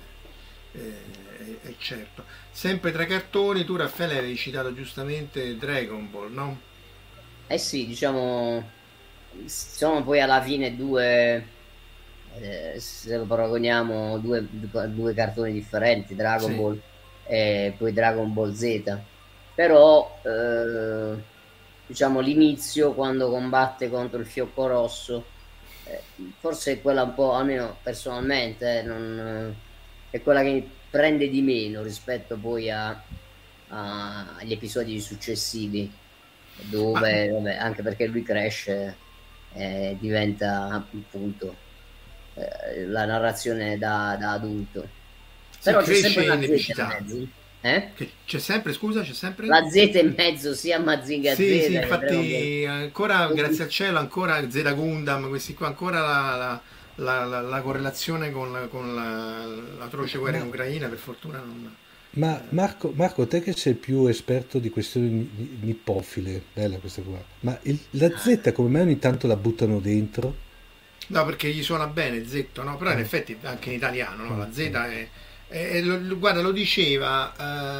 è certo. Sempre tra cartoni, tu Raffaele avevi citato giustamente Dragon Ball, no? Eh sì, diciamo, sono poi alla fine due, se lo paragoniamo, due cartoni differenti, Dragon Ball e poi Dragon Ball Z, però diciamo l'inizio, quando combatte contro il Fiocco Rosso, forse è quella un po', almeno personalmente, è quella che prende di meno rispetto poi agli episodi successivi, dove vabbè, anche perché lui cresce e diventa appunto la narrazione da adulto. Però c'è sempre la Z in mezzo. C'è sempre, scusa, c'è sempre la Z in mezzo, sia Mazinga Z. Sì, infatti ancora, grazie al cielo, ancora Z Gundam, questi qua, ancora la correlazione con l'atroce guerra in Ucraina, per fortuna non... Ma Marco, te che sei più esperto di questioni nippofile, bella questa qua, ma la Z come mai ogni tanto la buttano dentro? No, perché gli suona bene Z, no? Però in effetti anche in italiano, no? La Z guarda, lo diceva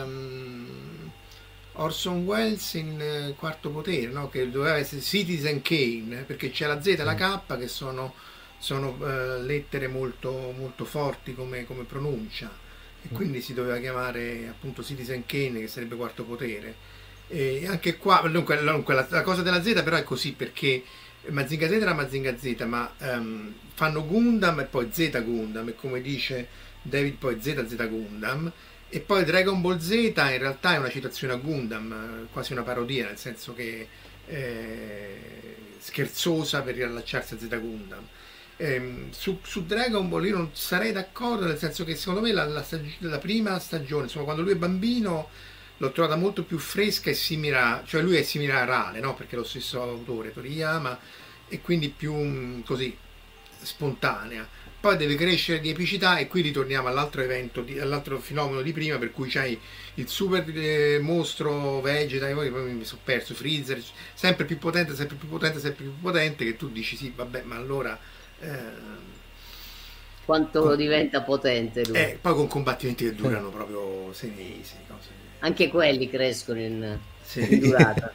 Orson Welles in Quarto Potere, no? Che doveva essere Citizen Kane, perché c'è la Z e la K che sono lettere molto, molto forti come pronuncia, e quindi si doveva chiamare appunto Citizen Kane, che sarebbe Quarto Potere. E anche qua dunque, la cosa della Z però è così, perché Mazinga Z era Mazinga Z, ma fanno Gundam e poi Z Gundam, e come dice David poi ZZ Gundam, e poi Dragon Ball Z in realtà è una citazione a Gundam, quasi una parodia, nel senso che scherzosa per riallacciarsi a Z Gundam. Su Dragon Ball io non sarei d'accordo, nel senso che secondo me la prima stagione, insomma, quando lui è bambino, l'ho trovata molto più fresca e simile, cioè lui è simile a Rale, no? Perché è lo stesso autore, Toriyama, e quindi più così spontanea. Poi deve crescere di epicità, e qui ritorniamo all'altro evento, all'altro fenomeno di prima, per cui c'hai il super mostro Vegeta, poi mi sono perso, Freezer, sempre più potente, sempre più potente, sempre più potente, che tu dici sì, vabbè, ma allora quanto diventa potente lui. Poi con combattimenti che durano proprio 6 mesi, cose. Anche quelli crescono in durata.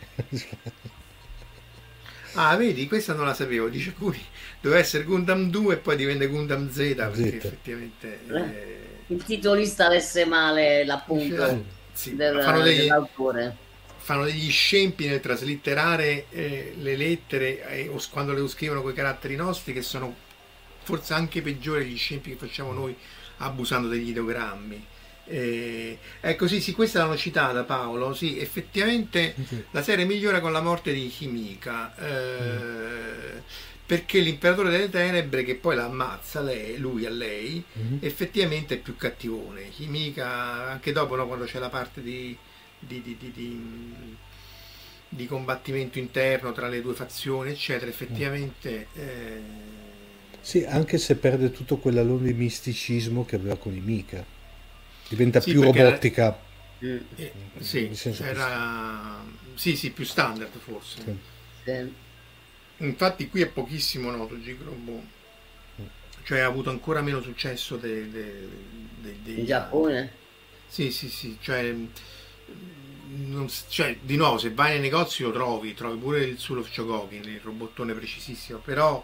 Ah, vedi, questa non la sapevo, dice lui, doveva essere Gundam 2 e poi diventa Gundam Z, perché effettivamente il titolista avesse male l'appunto dell'autore. Fanno degli scempi nel traslitterare le lettere, o quando le scrivono con i caratteri nostri, che sono forse anche peggiori degli scempi che facciamo noi abusando degli ideogrammi. Ecco, sì, questa l'hanno citata, Paolo. Sì, effettivamente la serie migliora con la morte di Himika, perché l'imperatore delle tenebre, che poi la ammazza lui a lei, effettivamente è più cattivone. Himika, anche dopo, no, quando c'è la parte di combattimento interno tra le due fazioni, eccetera, effettivamente sì, anche se perde tutto quell'alone di misticismo che aveva con Himika, diventa più robotica. Sì, era più standard forse. Sì. Infatti qui è pochissimo noto Gigrobo, cioè ha avuto ancora meno successo in Giappone. Sì, cioè di nuovo, se vai nei negozi lo trovi pure il Soul of Chogokin, il robottone precisissimo, però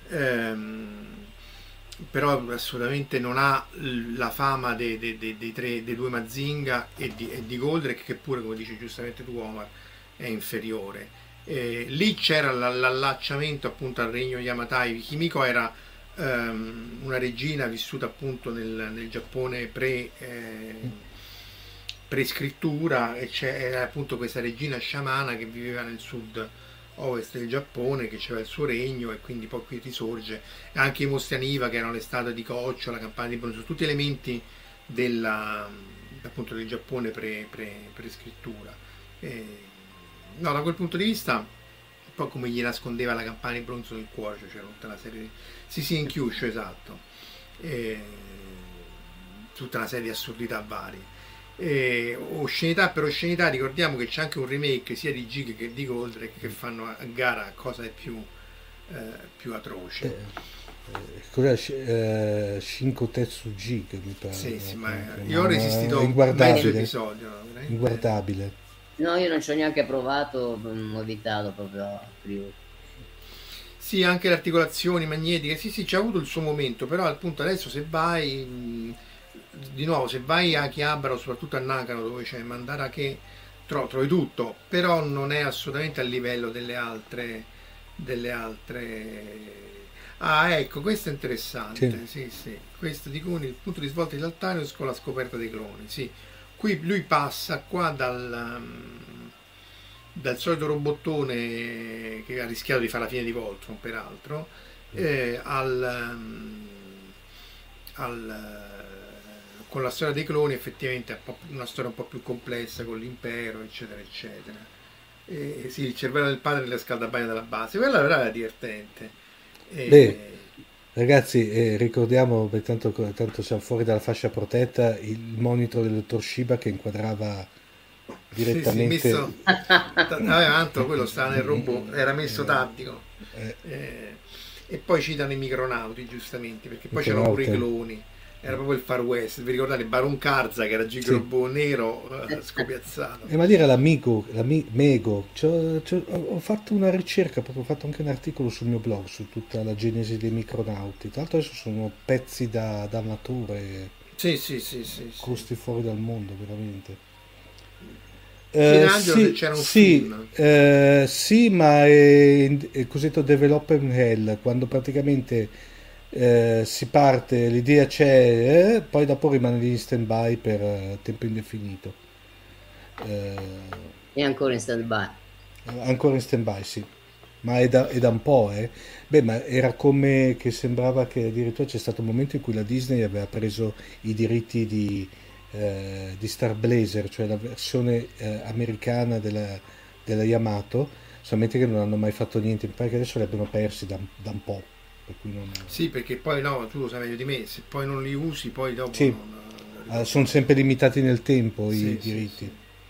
assolutamente non ha la fama dei due Mazinga e di Goldrake, che pure, come dici giustamente tu, Omar, è inferiore. Lì c'era l'allacciamento appunto al regno Yamatai. Himiko era una regina vissuta appunto nel Giappone pre-scrittura, e c'era appunto questa regina sciamana che viveva nel sud-ovest del Giappone, che aveva il suo regno, e quindi poi qui risorge. E anche i mostri Aniva, che erano le statue di Koccio, la campana di Bonzo, tutti elementi appunto del Giappone pre-scrittura. No, da quel punto di vista, un po' come gli nascondeva la campana di bronzo nel cuore, cioè c'era tutta una serie di... Sì, in Chiuscio, esatto. Tutta una serie di assurdità varie. Oscenità per oscenità, ricordiamo che c'è anche un remake sia di Gig che di Goldrake che fanno a gara cosa è più atroce. Cos'è Shinko Tetsuji che mi pare? Sì, ma io ho resistito mezzo episodio, veramente. Inguardabile. No, io non ci ho neanche provato, ho evitato proprio a priori. Sì, anche le articolazioni magnetiche, sì, c'è avuto il suo momento, però appunto adesso se vai, di nuovo, se vai a Chiabara, soprattutto a Nakano, dove c'è Mandarake, trovi tutto, però non è assolutamente a livello delle altre... Ah, ecco, questo è interessante, sì. Questo di Kuni, il punto di svolta di Altarius con la scoperta dei cloni, sì. Qui lui passa qua dal solito robottone che ha rischiato di fare la fine di Voltron, peraltro, con la storia dei cloni effettivamente è una storia un po' più complessa con l'impero, eccetera, eccetera. Sì, il cervello del padre nelle scaldabagna della base, quella era divertente. Ragazzi, ricordiamo, tanto siamo fuori dalla fascia protetta, il monitor del dottor Shiba che inquadrava direttamente. Sì, messo... tanto quello stava nel robot, era messo tattico. E poi citano i micronauti, giustamente, perché poi c'erano pure i cloni. Era proprio il Far West, vi ricordate Baron Karza che era Gigrobo nero scopiazzato. Ma dire la Mego, ho fatto una ricerca, proprio ho fatto anche un articolo sul mio blog su tutta la genesi dei micronauti. Tra l'altro adesso sono pezzi da amatore, sì. costi fuori dal mondo, veramente. C'era un film. Sì, ma è il cosiddetto development hell, quando praticamente si parte, l'idea c'è, poi dopo rimane lì in stand by per tempo indefinito. E ancora in stand by. Ancora in stand by, sì, ma è da un po', Beh, ma era come che sembrava che addirittura c'è stato un momento in cui la Disney aveva preso i diritti di Star Blazer, cioè la versione americana della Yamato, solamente che non hanno mai fatto niente, perché adesso li abbiano persi da un po'. Sì, perché poi no, tu lo sai meglio di me, se poi non li usi poi dopo sì. Sono sempre limitati nel tempo i diritti.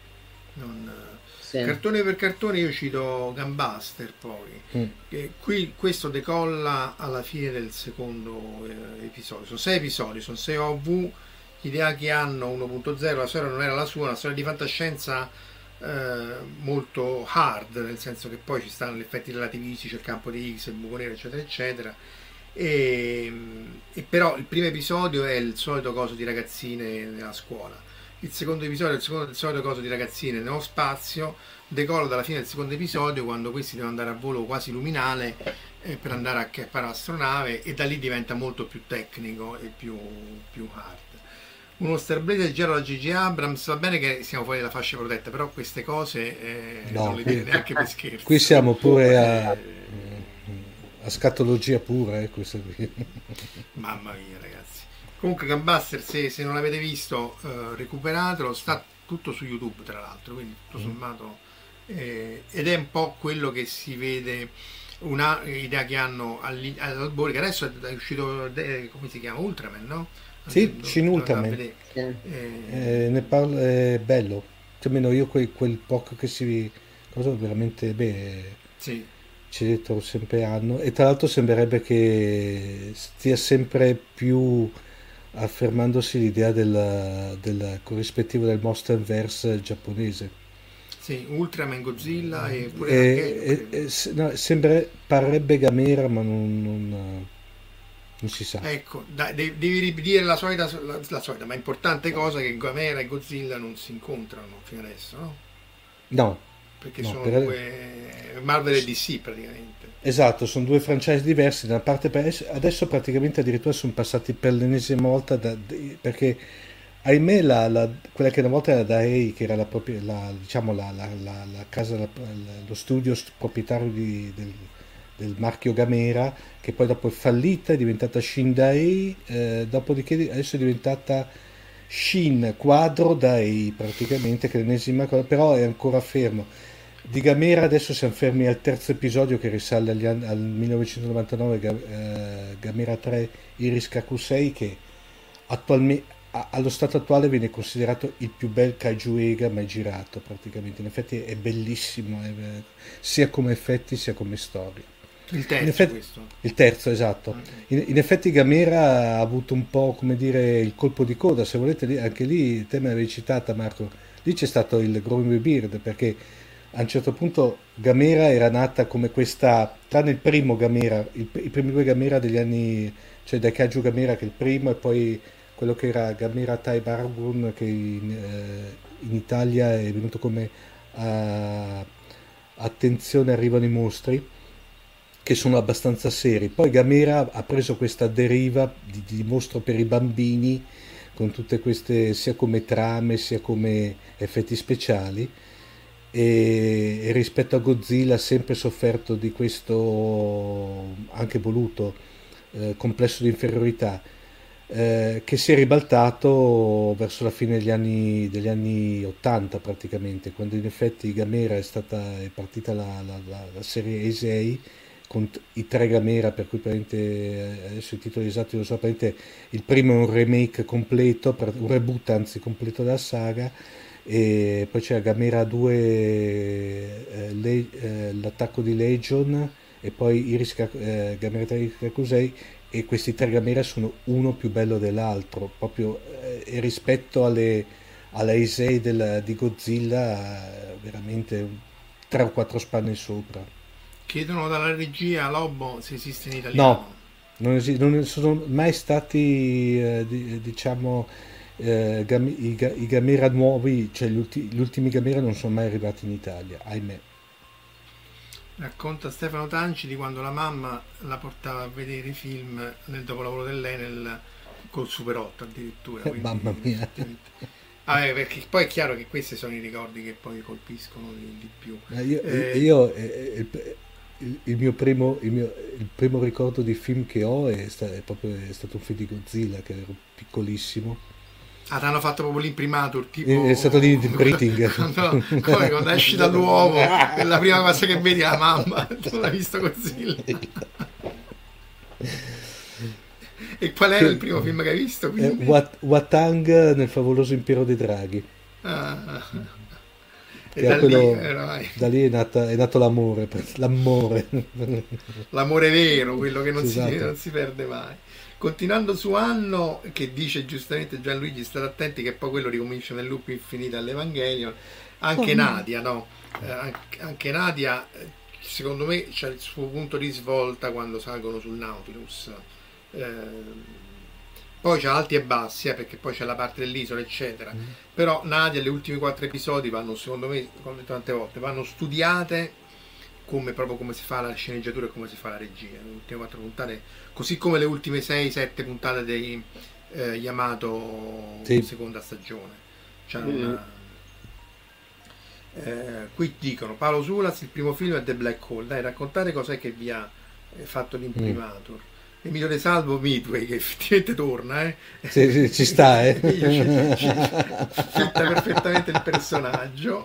Cartone per cartone io cito Gunbuster poi, che qui questo decolla alla fine del secondo episodio, sono 6 episodi, sono 6 OV, gli Hideaki Anno 1.0, la storia non era la sua, una storia di fantascienza molto hard, nel senso che poi ci stanno gli effetti relativistici, il campo di X, il buco nero, eccetera eccetera, e però il primo episodio è il solito coso di ragazzine nella scuola, il secondo episodio è il solito coso di ragazzine nello spazio, decolla dalla fine del secondo episodio quando questi devono andare a volo quasi luminale per andare a acchiappare l'astronave, e da lì diventa molto più tecnico e più hard. Uno Star Blazer girato da J.J. Abrams, va bene che siamo fuori dalla fascia protetta, però queste cose non le dire neanche per scherzo. Qui siamo pure a scatologia pura, questo qui. Mamma mia, ragazzi. Comunque Gunbuster, se non l'avete visto, recuperatelo, sta tutto su YouTube tra l'altro, quindi tutto sommato, ed è un po' quello che si vede, una idea che hanno all'albore, che adesso è uscito, come si chiama, Ultraman, no? Sì, Shin Ultraman, ne parlo, è bello, più o meno io quel poco che cosa veramente bene, sì. Ci detto sempre hanno, e tra l'altro sembrerebbe che stia sempre più affermandosi l'idea del corrispettivo del Monsterverse giapponese. Sì, Ultraman, Godzilla e pure parrebbe Gamera, ma non si sa. Ecco, devi ripetere la solita, ma importante cosa, che Gamera e Godzilla non si incontrano fino adesso, no? No. Perché sono due Marvel e DC praticamente. Esatto, sono due franchise diversi. Da una parte adesso praticamente addirittura sono passati per l'ennesima volta perché ahimè quella che una volta era Daei, che era la casa, lo studio proprietario del marchio Gamera, che poi dopo è fallita, è diventata Shindai, dopodiché adesso è diventata Shin quadro dai praticamente che è l'ennesima cosa, però è ancora fermo. Di Gamera adesso siamo fermi al terzo episodio che risale al 1999, Gamera 3 Iris Kakusei, che allo stato attuale viene considerato il più bel kaiju Ega mai girato praticamente. In effetti è bellissimo, sia come effetti sia come storia. Il terzo, effetti, questo. Il terzo, esatto. In effetti Gamera ha avuto un po', come dire, il colpo di coda, se volete, anche lì, te me l'avevi citata Marco, lì c'è stato il Growing Beard, perché a un certo punto Gamera era nata come questa, tranne il primo Gamera, i primi due Gamera degli anni, cioè dai Kaiju Gamera che è il primo, e poi quello che era Gamera Tai Bargun, che in Italia è venuto come attenzione, arrivano i mostri, che sono abbastanza seri. Poi Gamera ha preso questa deriva di mostro per i bambini, con tutte queste sia come trame sia come effetti speciali, e rispetto a Godzilla ha sempre sofferto di questo anche voluto complesso di inferiorità, che si è ribaltato verso la fine degli anni 80 praticamente, quando in effetti Gamera è partita la serie Heisei con i tre Gamera, per cui adesso i titoli esatti non so, il primo è un remake completo, un reboot anzi completo della saga, e poi c'era Gamera 2, l'attacco di Legion, e poi Gamera 3 Iris Kakusei, e questi tre Gamera sono uno più bello dell'altro, proprio rispetto alla Heisei di Godzilla, veramente 3 o 4 spanne sopra. Chiedono dalla regia Lobo se esiste in italiano. No, non sono mai stati, diciamo, i Gamera nuovi, cioè gli ultimi Gamera non sono mai arrivati in Italia, ahimè. Racconta Stefano Tanci di quando la mamma la portava a vedere i film nel dopolavoro dell'Enel col Super 8 addirittura. Mamma mia. Perché poi è chiaro che questi sono i ricordi che poi colpiscono di più. Il primo ricordo di film che ho è stato un film di Godzilla, che ero piccolissimo. Ti hanno fatto proprio l'imprimatur, tipo... È stato di printing. Quando esci dall'uovo, è la prima cosa che vedi la mamma. Tu l'hai visto Godzilla. E qual era il primo film che hai visto? Watang nel favoloso impero dei draghi. E da lì è nato l'amore. L'amore vero, quello che non esatto. si perde mai. Continuando su Anno, che dice giustamente Gianluigi, state attenti che poi quello ricomincia nel loop infinito all'Evangelion. Anche Nadia, no? Anche Nadia, secondo me, c'è il suo punto di svolta quando salgono sul Nautilus. Poi c'è alti e bassi, perché poi c'è la parte dell'isola eccetera, però Nadia, gli ultimi 4 episodi vanno, secondo me, come ho detto tante volte, vanno studiate proprio come si fa la sceneggiatura e come si fa la regia. Le ultime 4 puntate, così come le ultime 6-7 puntate dei Yamato, sì, seconda stagione. Qui dicono Paolo Sulas, il primo film è The Black Hole. Dai, raccontare cos'è che vi ha fatto l'imprimatur. Emilio De Salvo, Midway, che effettivamente torna, sì, ci sta, fitta perfettamente il personaggio.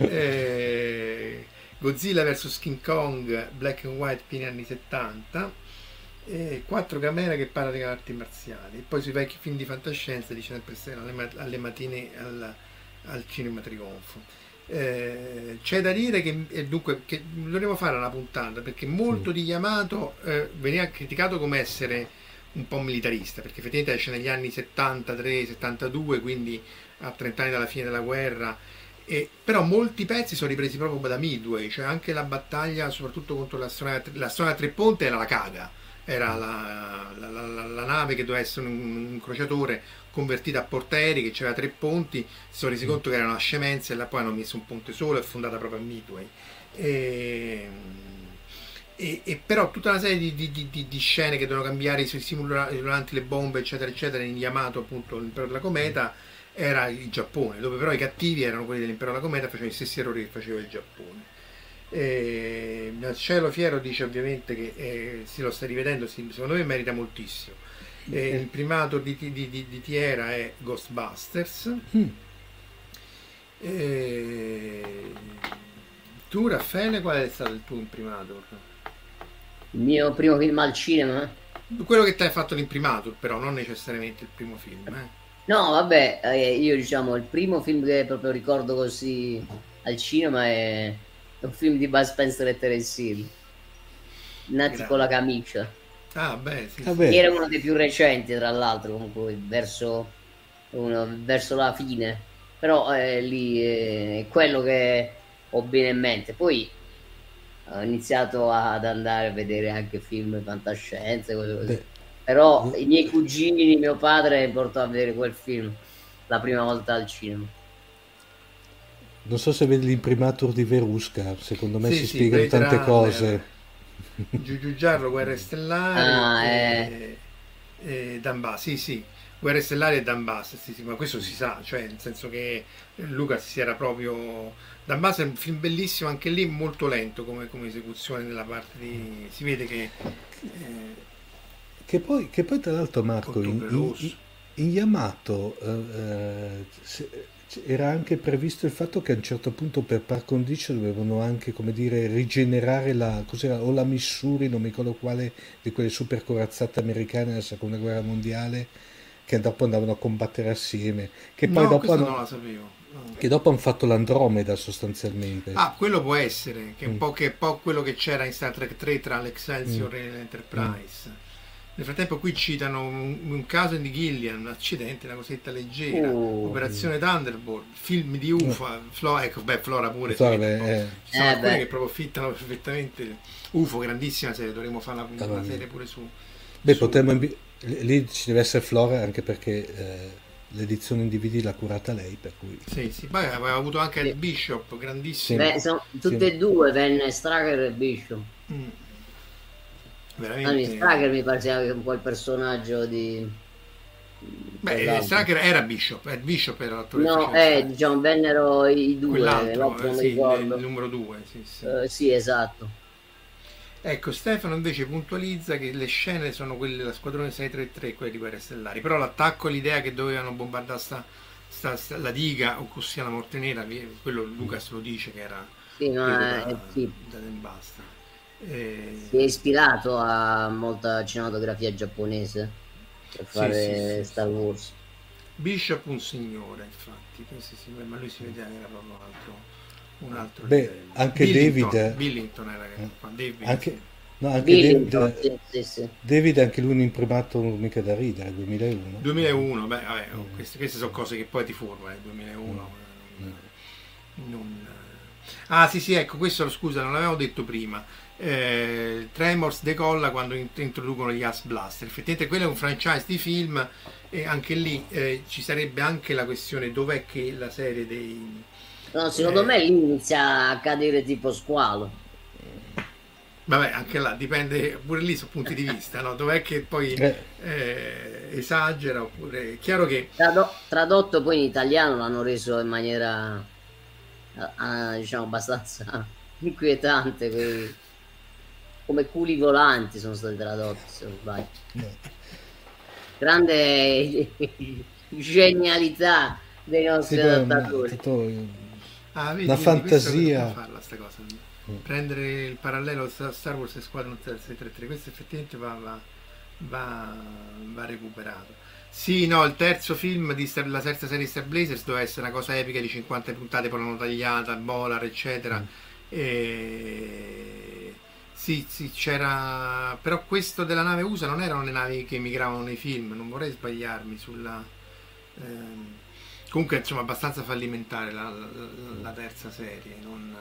Godzilla vs King Kong, black and white, fine anni 70. 4 Gamera che parla di arti marziali. E poi sui vecchi film di fantascienza dice sempre alle mattine al cinema Trionfo. C'è da dire che dunque che dovremmo fare una puntata, perché molto di Yamato veniva criticato come essere un po' militarista, perché effettivamente esce negli anni 73-72, quindi a 30 anni dalla fine della guerra, però molti pezzi sono ripresi proprio da Midway, cioè anche la battaglia soprattutto contro l'astronave a tre ponte era la Kaga, era la nave che doveva essere un incrociatore convertita a portaerei, che c'era 3 ponti, si sono resi conto che era una scemenza e poi hanno messo un ponte solo e fondata proprio a Midway. E però tutta una serie di scene che dovevano cambiare i simulanti, le bombe eccetera eccetera, in Yamato appunto l'impero della cometa era il Giappone, dove però i cattivi erano quelli dell'impero della cometa, facevano gli stessi errori che faceva il Giappone. Cielo Fiero dice ovviamente che se lo sta rivedendo, secondo me merita moltissimo. L'imprimatur di Tiera è Ghostbusters. Tu, Raffaele, qual è stato il tuo imprimatur? Il mio primo film al cinema? Quello che ti hai fatto l'imprimatur, però non necessariamente il primo film. No, vabbè, io diciamo il primo film che proprio ricordo così al cinema è un film di Bud Spencer e Terence Hill, Nati con la camicia. Ah, beh, sì. Che era uno dei più recenti, tra l'altro, comunque verso la fine, però lì è quello che ho bene in mente. Poi ho iniziato ad andare a vedere anche film fantascienze, cose così. Però i miei cugini, mio padre mi portò a vedere quel film la prima volta al cinema. Non so se vedi l'imprimatur di Verusca, secondo me si spiegano Blade tante Runner, cose. Giugiarlo, Guerre Stellari e Donbass, sì, Guerre Stellari e Donbass, sì, ma questo si sa, cioè nel senso che Lucas si era proprio... Donbass è un film bellissimo, anche lì molto lento come esecuzione nella parte di... si vede che poi tra l'altro, Marco, in Yamato era anche previsto il fatto che a un certo punto per par condicio dovevano anche, come dire, rigenerare la Missouri, non mi ricordo quale di quelle super corazzate americane della seconda guerra mondiale, che dopo andavano a combattere assieme, che poi dopo non la sapevo. Che dopo hanno fatto l'Andromeda sostanzialmente. Quello può essere, che è un po' quello che c'era in Star Trek 3 tra l'Excelsior e l'Enterprise. Nel frattempo qui citano un caso di Gillian, un accidente, una cosetta leggera, Operazione Thunderbolt, film di UFO, Flora pure, ci sono alcune che proprio fittano perfettamente. UFO, grandissima serie, dovremmo fare una serie pure su... potremmo lì ci deve essere Flora, anche perché l'edizione in DVD l'ha curata lei, per cui... Sì, poi aveva avuto anche il Bishop, grandissimo. Sono tutte e due, Van Straker e Bishop. Veramente... Straker mi pareceva un po' il personaggio di... Straker era Bishop era l'attore. No, diciamo, vennero i due, l'altro il numero 2, sì, esatto. Ecco, Stefano invece puntualizza che le scene sono quelle della Squadrone 633, quelle di Guerre Stellari, però l'attacco, l'idea che dovevano bombardare la diga o ossia la Morte Nera, quello Lucas lo dice che era da Basta. Si è ispirato a molta cinematografia giapponese per fare Star Wars. Bishop un signore, infatti, ma lui si vedeva che era proprio un altro livello. Anche Billington era qua. David anche lui un imprimato mica da ridere, 2001, queste sono cose che poi ti formano, 2001 sì, ecco, questo scusa, non l'avevo detto prima. Tremors decolla quando introducono gli Ass Blaster. Effettivamente quello è un franchise di film, e anche lì ci sarebbe anche la questione dov'è che la serie dei... No, secondo me lì inizia a cadere tipo squalo. Vabbè, anche là dipende, pure lì su punti di vista, no? Dov'è che poi esagera, oppure è chiaro che... Tradotto poi in italiano l'hanno reso in maniera diciamo abbastanza inquietante, come culi volanti sono stati tradotti, se non sbaglio. Grande genialità dei nostri adattatori. La fantasia. Farla sta cosa. Prendere il parallelo tra Star Wars e Squadron 633, questo effettivamente va recuperato. Sì, no, il terzo film la terza serie Star Blazers doveva essere una cosa epica di 50 puntate, poi l'hanno tagliata, Bolar, eccetera. Sì, c'era, però questo della nave USA non erano le navi che emigravano nei film, non vorrei sbagliarmi sulla... Comunque, insomma, abbastanza fallimentare la terza serie.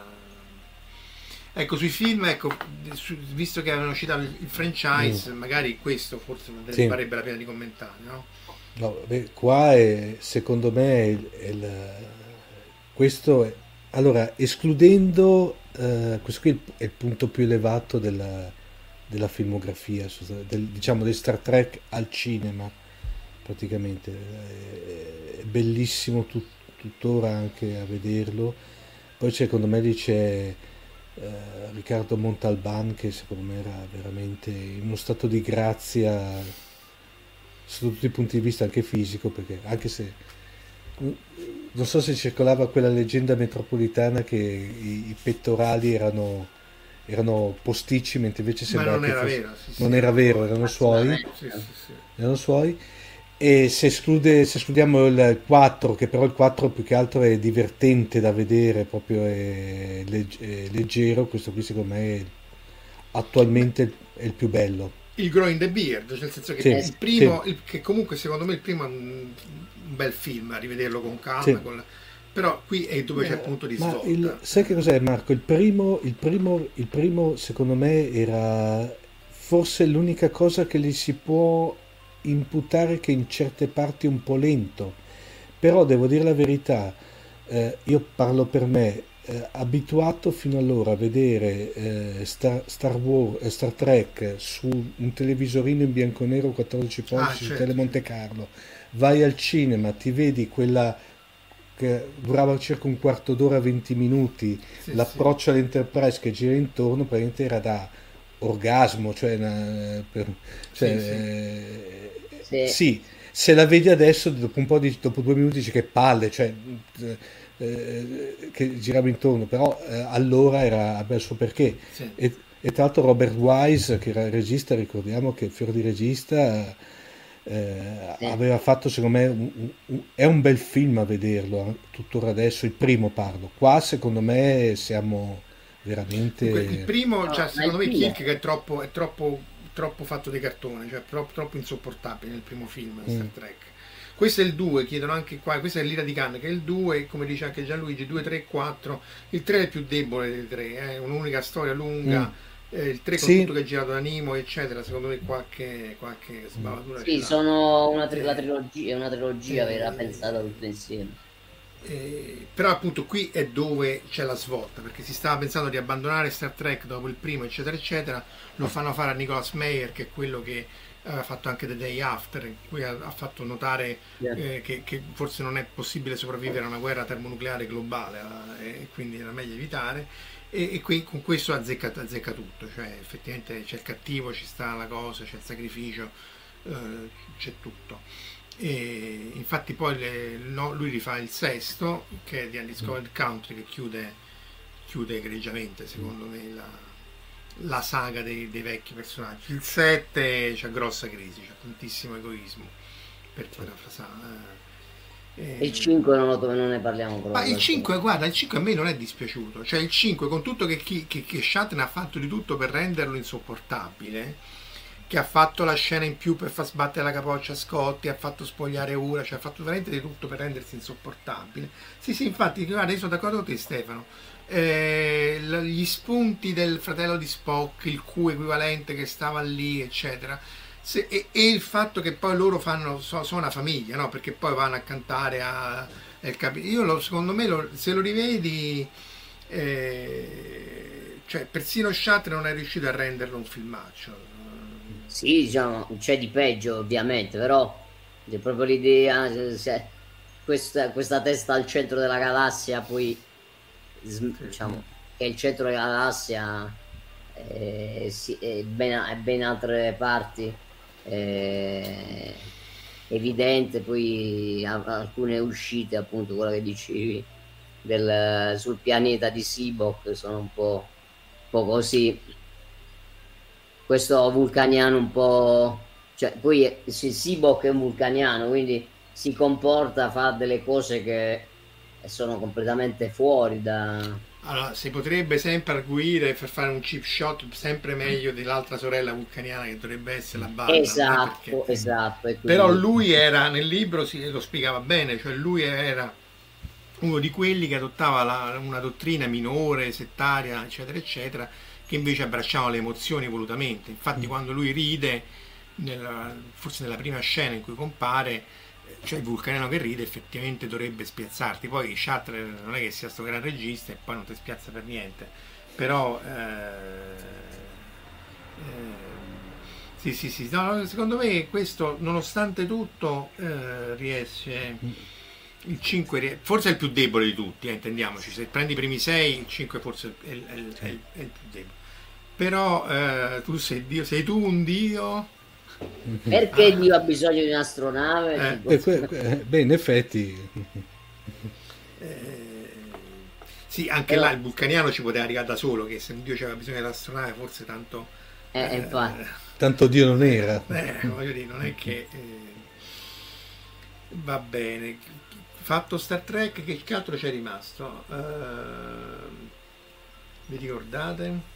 Ecco, sui film, visto che avevano citato il franchise, magari questo forse varrebbe la pena di commentare, no? Qua secondo me questo è, allora, escludendo questo qui è il punto più elevato della filmografia, diciamo di Star Trek al cinema, praticamente è bellissimo tuttora anche a vederlo. Poi secondo me lì c'è Riccardo Montalban, che secondo me era veramente in uno stato di grazia sotto tutti i punti di vista, anche fisico, perché anche se non so se circolava quella leggenda metropolitana che i pettorali erano posticci, mentre invece Ma sembrava non che era fosse- vero, sì, non sì, era vero, erano suoi. Sì, sì, sì. Erano suoi. E se escludiamo il 4, che però il 4 più che altro è divertente da vedere, proprio è leggero, questo qui secondo me attualmente è il più bello. Il Growing the Beard, nel senso che Sì, il primo, sì. che comunque secondo me il primo è un bel film, a rivederlo con calma, Sì. però qui è dove c'è il punto di Ma svolta. sai che cos'è, Marco? Il primo secondo me era forse l'unica cosa che gli si può imputare, che in certe parti è un po' lento, però devo dire la verità, io parlo per me, abituato fino allora a vedere Star Trek su un televisorino in bianco e nero 14 pollici su certo. Tele Monte Carlo, vai al cinema, ti vedi quella che durava circa un quarto d'ora, 20 minuti, Sì, l'approccio all'Enterprise che gira intorno, praticamente era da orgasmo, cioè, Sì. sì, se la vedi adesso dopo 2 minuti dici che palle, cioè, che girava intorno, però allora aveva il suo perché. Sì. E tra l'altro Robert Wise, che era il regista, ricordiamo che fior di regista, aveva fatto, secondo me, è un bel film a vederlo, tuttora adesso, il primo parlo. Qua secondo me siamo veramente... Il primo, No, cioè, ma secondo me il primo- Kirk che è troppo fatto di cartone, cioè troppo insopportabile nel primo film di Star Trek. Questo è il 2, chiedono anche qua, questo è l'Ira di Khan, che è il 2, come dice anche Gianluigi, 2, 3, 4, il 3 è il più debole dei tre, è un'unica storia lunga, il 3 con Sì. tutto che è girato da Nemo, eccetera, secondo me qualche sbavatura Sì, ce l'ha. sono la trilogia, è una trilogia vera Eh, pensata tutto insieme. Però appunto qui è dove c'è la svolta, perché si stava pensando di abbandonare Star Trek dopo il primo, eccetera eccetera, lo fanno fare a Nicholas Meyer, che è quello che aveva fatto anche The Day After, in cui ha fatto notare che forse non è possibile sopravvivere a una guerra termonucleare globale, e quindi era meglio evitare, e qui con questo azzecca tutto, cioè effettivamente c'è il cattivo, ci sta la cosa, c'è il sacrificio, c'è tutto. E infatti poi lui rifà il sesto, che è di Undiscovered Country, che chiude egregiamente secondo me la saga dei vecchi personaggi. Il 7 c'è grossa crisi, c'è tantissimo egoismo, per parafrasare. E il 5 non ne parliamo proprio. Ma il 5, guarda, il 5 a me non è dispiaciuto, cioè il 5 con tutto che Shatner ha fatto di tutto per renderlo insopportabile, che ha fatto la scena in più per far sbattere la capoccia a Scotty, ha fatto spogliare Ura, cioè ha fatto veramente di tutto per rendersi insopportabile. Sì, infatti, guarda, io sono d'accordo con te, Stefano. Gli spunti del fratello di Spock, il Q equivalente che stava lì, eccetera. E il fatto che poi loro sono una famiglia, no? Perché poi vanno a cantare a El Capi. Secondo me, se lo rivedi, cioè persino Shatner non è riuscito a renderlo un filmaccio. Sì, diciamo, c'è di peggio ovviamente, però è proprio l'idea, questa testa al centro della galassia, poi diciamo che il centro della galassia è ben altre parti, è evidente, poi alcune uscite, appunto quella che dicevi sul pianeta di Sibok sono un po' così. Questo vulcaniano un po', cioè poi Sibok è un vulcaniano, quindi si comporta, fa delle cose che sono completamente fuori da... Allora, si potrebbe sempre arguire per fare un cheap shot sempre meglio dell'altra sorella vulcaniana, che dovrebbe essere la Barda. Esatto. E quindi... Però lui era, nel libro lo spiegava bene, cioè lui era uno di quelli che adottava una dottrina minore, settaria, eccetera, eccetera, che invece abbracciavano le emozioni volutamente. Infatti quando lui ride, forse nella prima scena in cui compare, cioè il vulcaniano che ride effettivamente dovrebbe spiazzarti. Poi Shatner non è che sia sto gran regista e poi non ti spiazza per niente, però sì, no, secondo me questo nonostante tutto riesce. Il 5 forse è il più debole di tutti, intendiamoci, se prendi i primi 6 il 5 forse è il più debole, però tu sei Dio, sei tu un Dio Perché Dio ha bisogno di un'astronave? Beh, in effetti... Sì, anche là il vulcaniano ci poteva arrivare da solo, che se Dio c'aveva bisogno dell'astronave forse tanto... infatti. Tanto Dio non era. Voglio dire, non è che... va bene. Fatto Star Trek, che altro c'è rimasto? Vi ricordate?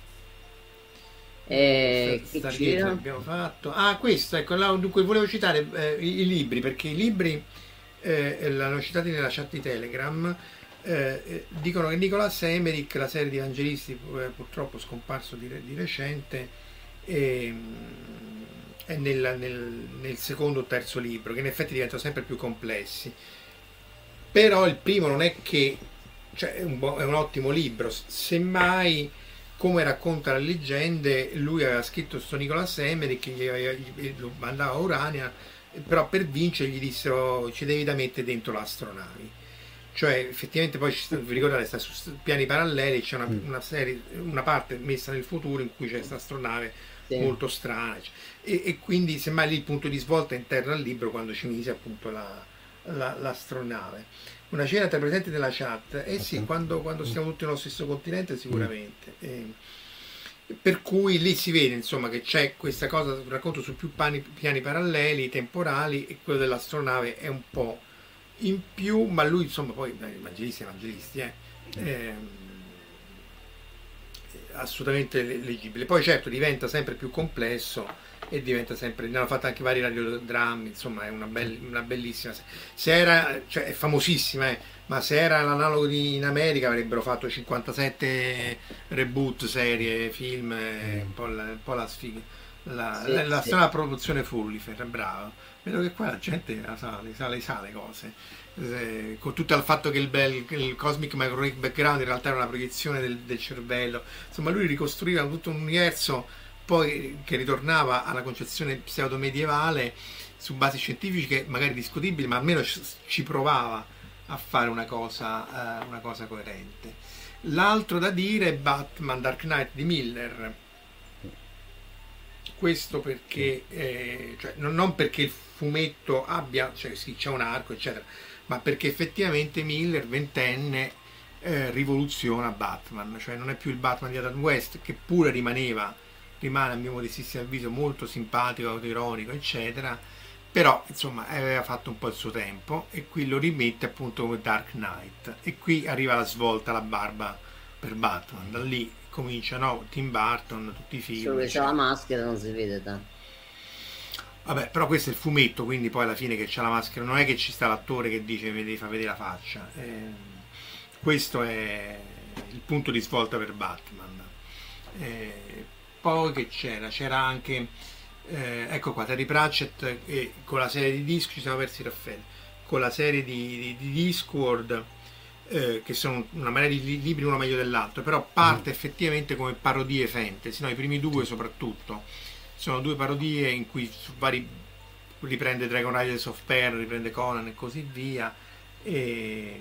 Stargate abbiamo fatto. Questo, ecco, là, dunque volevo citare i libri, perché i libri l'hanno citati nella chat di Telegram. Dicono che Nicholas Emmerich, la serie di Evangelisti, purtroppo scomparso di recente, è nel secondo o terzo libro, che in effetti diventano sempre più complessi. Però il primo non è che, cioè, è un ottimo libro, semmai, come racconta la leggende, lui aveva scritto sto Nicholas Emmerich, lo mandava a Urania, però per vincere gli dissero ci devi da mettere dentro l'astronavi. Cioè effettivamente poi vi ricordate, sta su piani paralleli, c'è una parte messa nel futuro in cui c'è questa astronave molto strana, e quindi semmai lì il punto di svolta interno al libro, quando ci mise appunto l'astronave. Una cena tra presenti nella chat, sì, quando stiamo tutti nello stesso continente sicuramente, per cui lì si vede insomma che c'è questa cosa, un racconto su più piani paralleli, temporali, e quello dell'astronave è un po' in più, ma lui insomma poi evangelisti, assolutamente leggibile. Poi certo diventa sempre più complesso e diventa sempre, ne hanno fatto anche vari radiodrammi, insomma è una bellissima, se era, cioè è famosissima, ma se era l'analogo in America avrebbero fatto 57 reboot, serie, film, un po' la sfiga, la strana produzione Fullifer, bravo. Vedo che qua la gente le sa le cose, con tutto il fatto che il Cosmic Microwave Background in realtà era una proiezione del cervello, insomma lui ricostruiva tutto un universo poi che ritornava alla concezione pseudo-medievale su basi scientifiche magari discutibili, ma almeno ci provava a fare una cosa coerente. L'altro da dire è Batman Dark Knight di Miller. Questo perché cioè, non perché il fumetto abbia, cioè sì, c'è un arco eccetera, ma perché effettivamente Miller, ventenne, rivoluziona Batman, cioè non è più il Batman di Adam West, che pure rimane a mio modestissimo avviso molto simpatico, autoironico eccetera, però insomma aveva fatto un po' il suo tempo, e qui lo rimette appunto come Dark Knight, e qui arriva la svolta, la barba per Batman, da lì comincia, no, Tim Burton, tutti i film. Solo che c'ha la maschera, non si vede tanto. Vabbè, però questo è il fumetto, quindi poi alla fine che c'ha la maschera, non è che ci sta l'attore che dice fa vedere la faccia. Questo è il punto di svolta per Batman. Poi che c'era anche, ecco qua, Terry Pratchett, con la serie di Disc, ci siamo persi Raffaele, con la serie di Discworld, che sono una marea di libri uno meglio dell'altro, però parte effettivamente come parodie fantasy, no? I primi due soprattutto sono due parodie in cui riprende Dragon Riders of Peril, riprende Conan e così via, e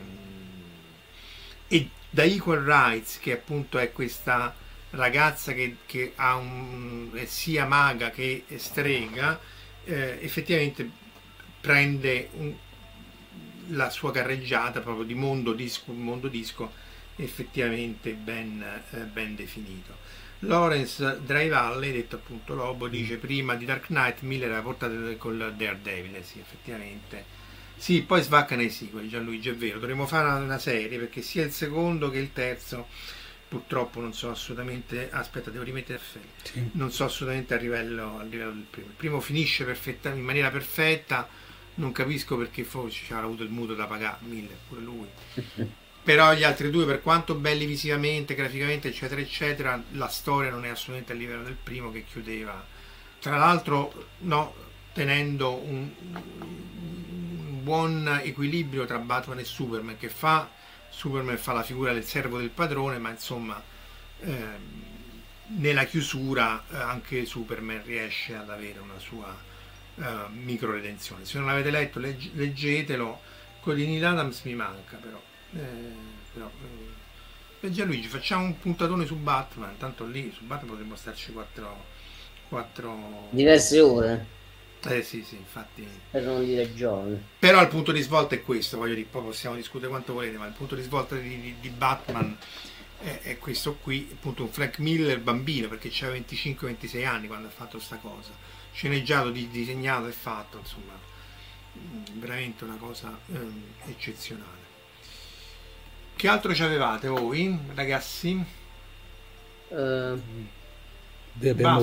da Equal Rights, che appunto è questa ragazza che ha è sia maga che strega, effettivamente prende la sua carreggiata proprio di mondo disco effettivamente ben definito. Lawrence Dry Valley, detto appunto Lobo, dice prima di Dark Knight Miller era portato con Daredevil, sì, effettivamente sì, poi svacca nei sequel. Gianluigi, è vero, dovremmo fare una serie, perché sia il secondo che il terzo purtroppo non so assolutamente, aspetta, devo rimettere sì, non so assolutamente a livello del primo. Il primo finisce in maniera perfetta, non capisco perché forse ci avrà avuto il mutuo da pagare, Miller pure lui. Però gli altri due, per quanto belli visivamente, graficamente eccetera eccetera, la storia non è assolutamente a livello del primo, che chiudeva, tra l'altro, no, tenendo un buon equilibrio tra Batman e Superman, che Superman fa la figura del servo del padrone, ma insomma nella chiusura anche Superman riesce ad avere una sua micro redenzione. Se non l'avete letto leggetelo. Quello di Neil Adams mi manca però. Gianluigi, facciamo un puntatone su Batman, tanto lì su Batman potremmo starci 4 diverse ore. Sì, infatti. Per non dire John. Però il punto di svolta è questo, voglio dire, poi possiamo discutere quanto volete, ma il punto di svolta di Batman è questo qui, appunto un Frank Miller bambino, perché c'aveva 25-26 anni quando ha fatto sta cosa, sceneggiato, disegnato e fatto, insomma, veramente una cosa eccezionale. Che altro ci avevate voi, ragazzi? Abbiamo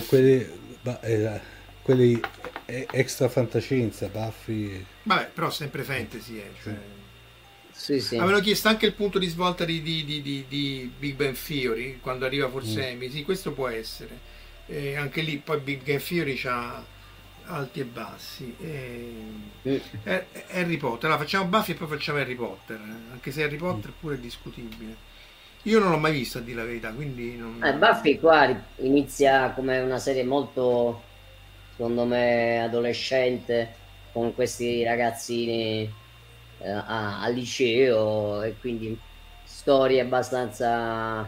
quelli extra fantascienza, Buffy. Vabbè, però sempre fantasy, cioè. Sì. Avevano chiesto anche il punto di svolta di Big Bang Theory, quando arriva forse Amy. Sì, questo può essere. Anche lì poi Big Bang Theory c'ha alti e bassi. Harry Potter, allora facciamo Buffy e poi facciamo Harry Potter, anche se Harry Potter pure è discutibile. Io non l'ho mai visto, a dire la verità, quindi non... Buffy qua inizia come una serie molto, secondo me, adolescente, con questi ragazzini al liceo, e quindi storie abbastanza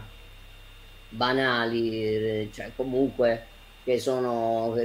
banali, cioè comunque che sono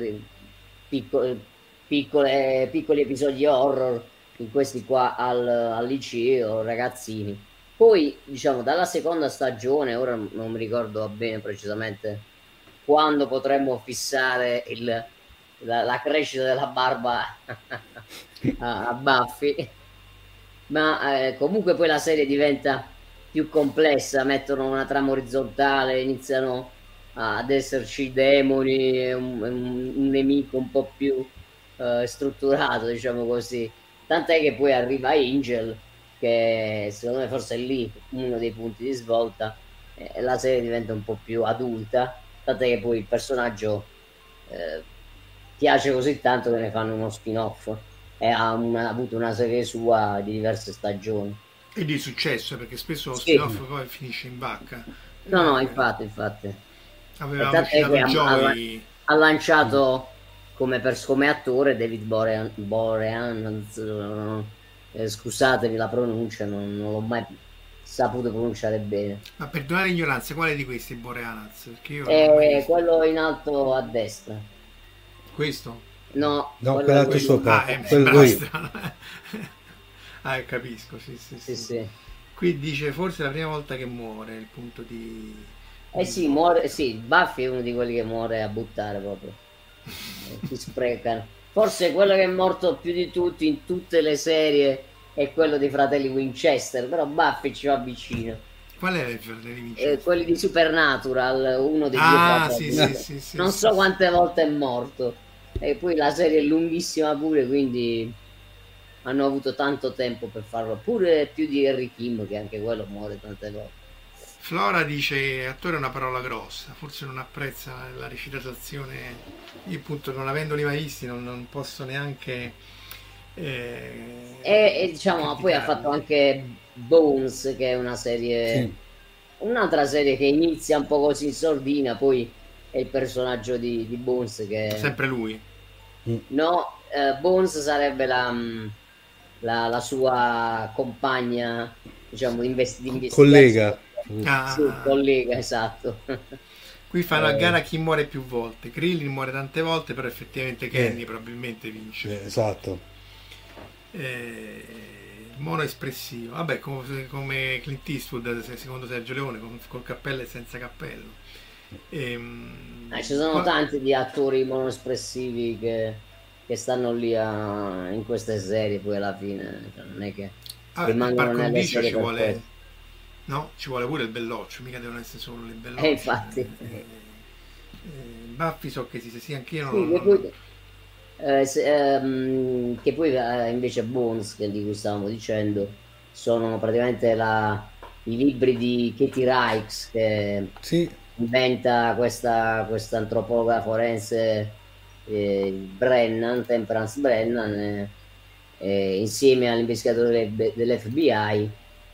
piccoli episodi horror in questi qua al liceo, ragazzini. Poi, diciamo, dalla seconda stagione, ora non mi ricordo bene precisamente quando potremmo fissare la crescita della barba a Buffy, ma comunque poi la serie diventa più complessa, mettono una trama orizzontale, iniziano ad esserci demoni, un nemico un po' più strutturato, diciamo così. Tant'è che poi arriva Angel, che secondo me forse è lì uno dei punti di svolta, la serie diventa un po' più adulta, tant'è che poi il personaggio piace così tanto che ne fanno uno spin-off e ha avuto una serie sua di diverse stagioni. E di successo, perché spesso lo spin-off poi finisce in vacca. No, infatti. Avevamo citato Joey. Ha lanciato come attore David Boreanaz, scusatemi la pronuncia, non l'ho mai saputo pronunciare bene. Ma perdonare l'ignoranza, quale di questi Boreanaz? Perché io quello in alto a destra. Questo? No, quell'altro sopra. Capisco, sì. Qui dice forse è la prima volta che muore, il punto di... muore, sì, Buffy è uno di quelli che muore a buttare proprio. Si sprecano. Forse quello che è morto più di tutti in tutte le serie è quello dei fratelli Winchester, però Buffy ci va vicino. Qual è il fratelli Winchester? Quelli di Supernatural, uno dei due fratelli. Sì, non so quante volte è morto. E poi la serie è lunghissima pure, quindi hanno avuto tanto tempo per farlo, pure più di Harry Kim, che anche quello muore tante volte. Flora dice attore è una parola grossa, forse non apprezza la recitazione. Io appunto non avendoli mai visti non posso neanche diciamo poi ha fatto anche Bones, che è una serie un'altra serie che inizia un po' così in sordina, poi è il personaggio di Bones che sempre lui. No, Bones sarebbe la sua compagna, diciamo, di collega. Sì, collega, esatto. Qui fanno a gara chi muore più volte. Krillin muore tante volte, però effettivamente Kenny probabilmente vince. Esatto. Mono espressivo. Vabbè, come Clint Eastwood, secondo Sergio Leone, col cappello e senza cappello. Ci sono tanti di attori monoespressivi che stanno lì in queste serie, poi alla fine non è che rimangono nelle serie perfette. No, ci vuole pure il belloccio, mica devono essere solo le bellocce. Infatti. Baffi so che sì, anch'io che poi invece Bones, di cui stavamo dicendo, sono praticamente i libri di Katie Reichs, che inventa questa antropologa forense, Temperance Brennan, insieme all'investigatore dell'FBI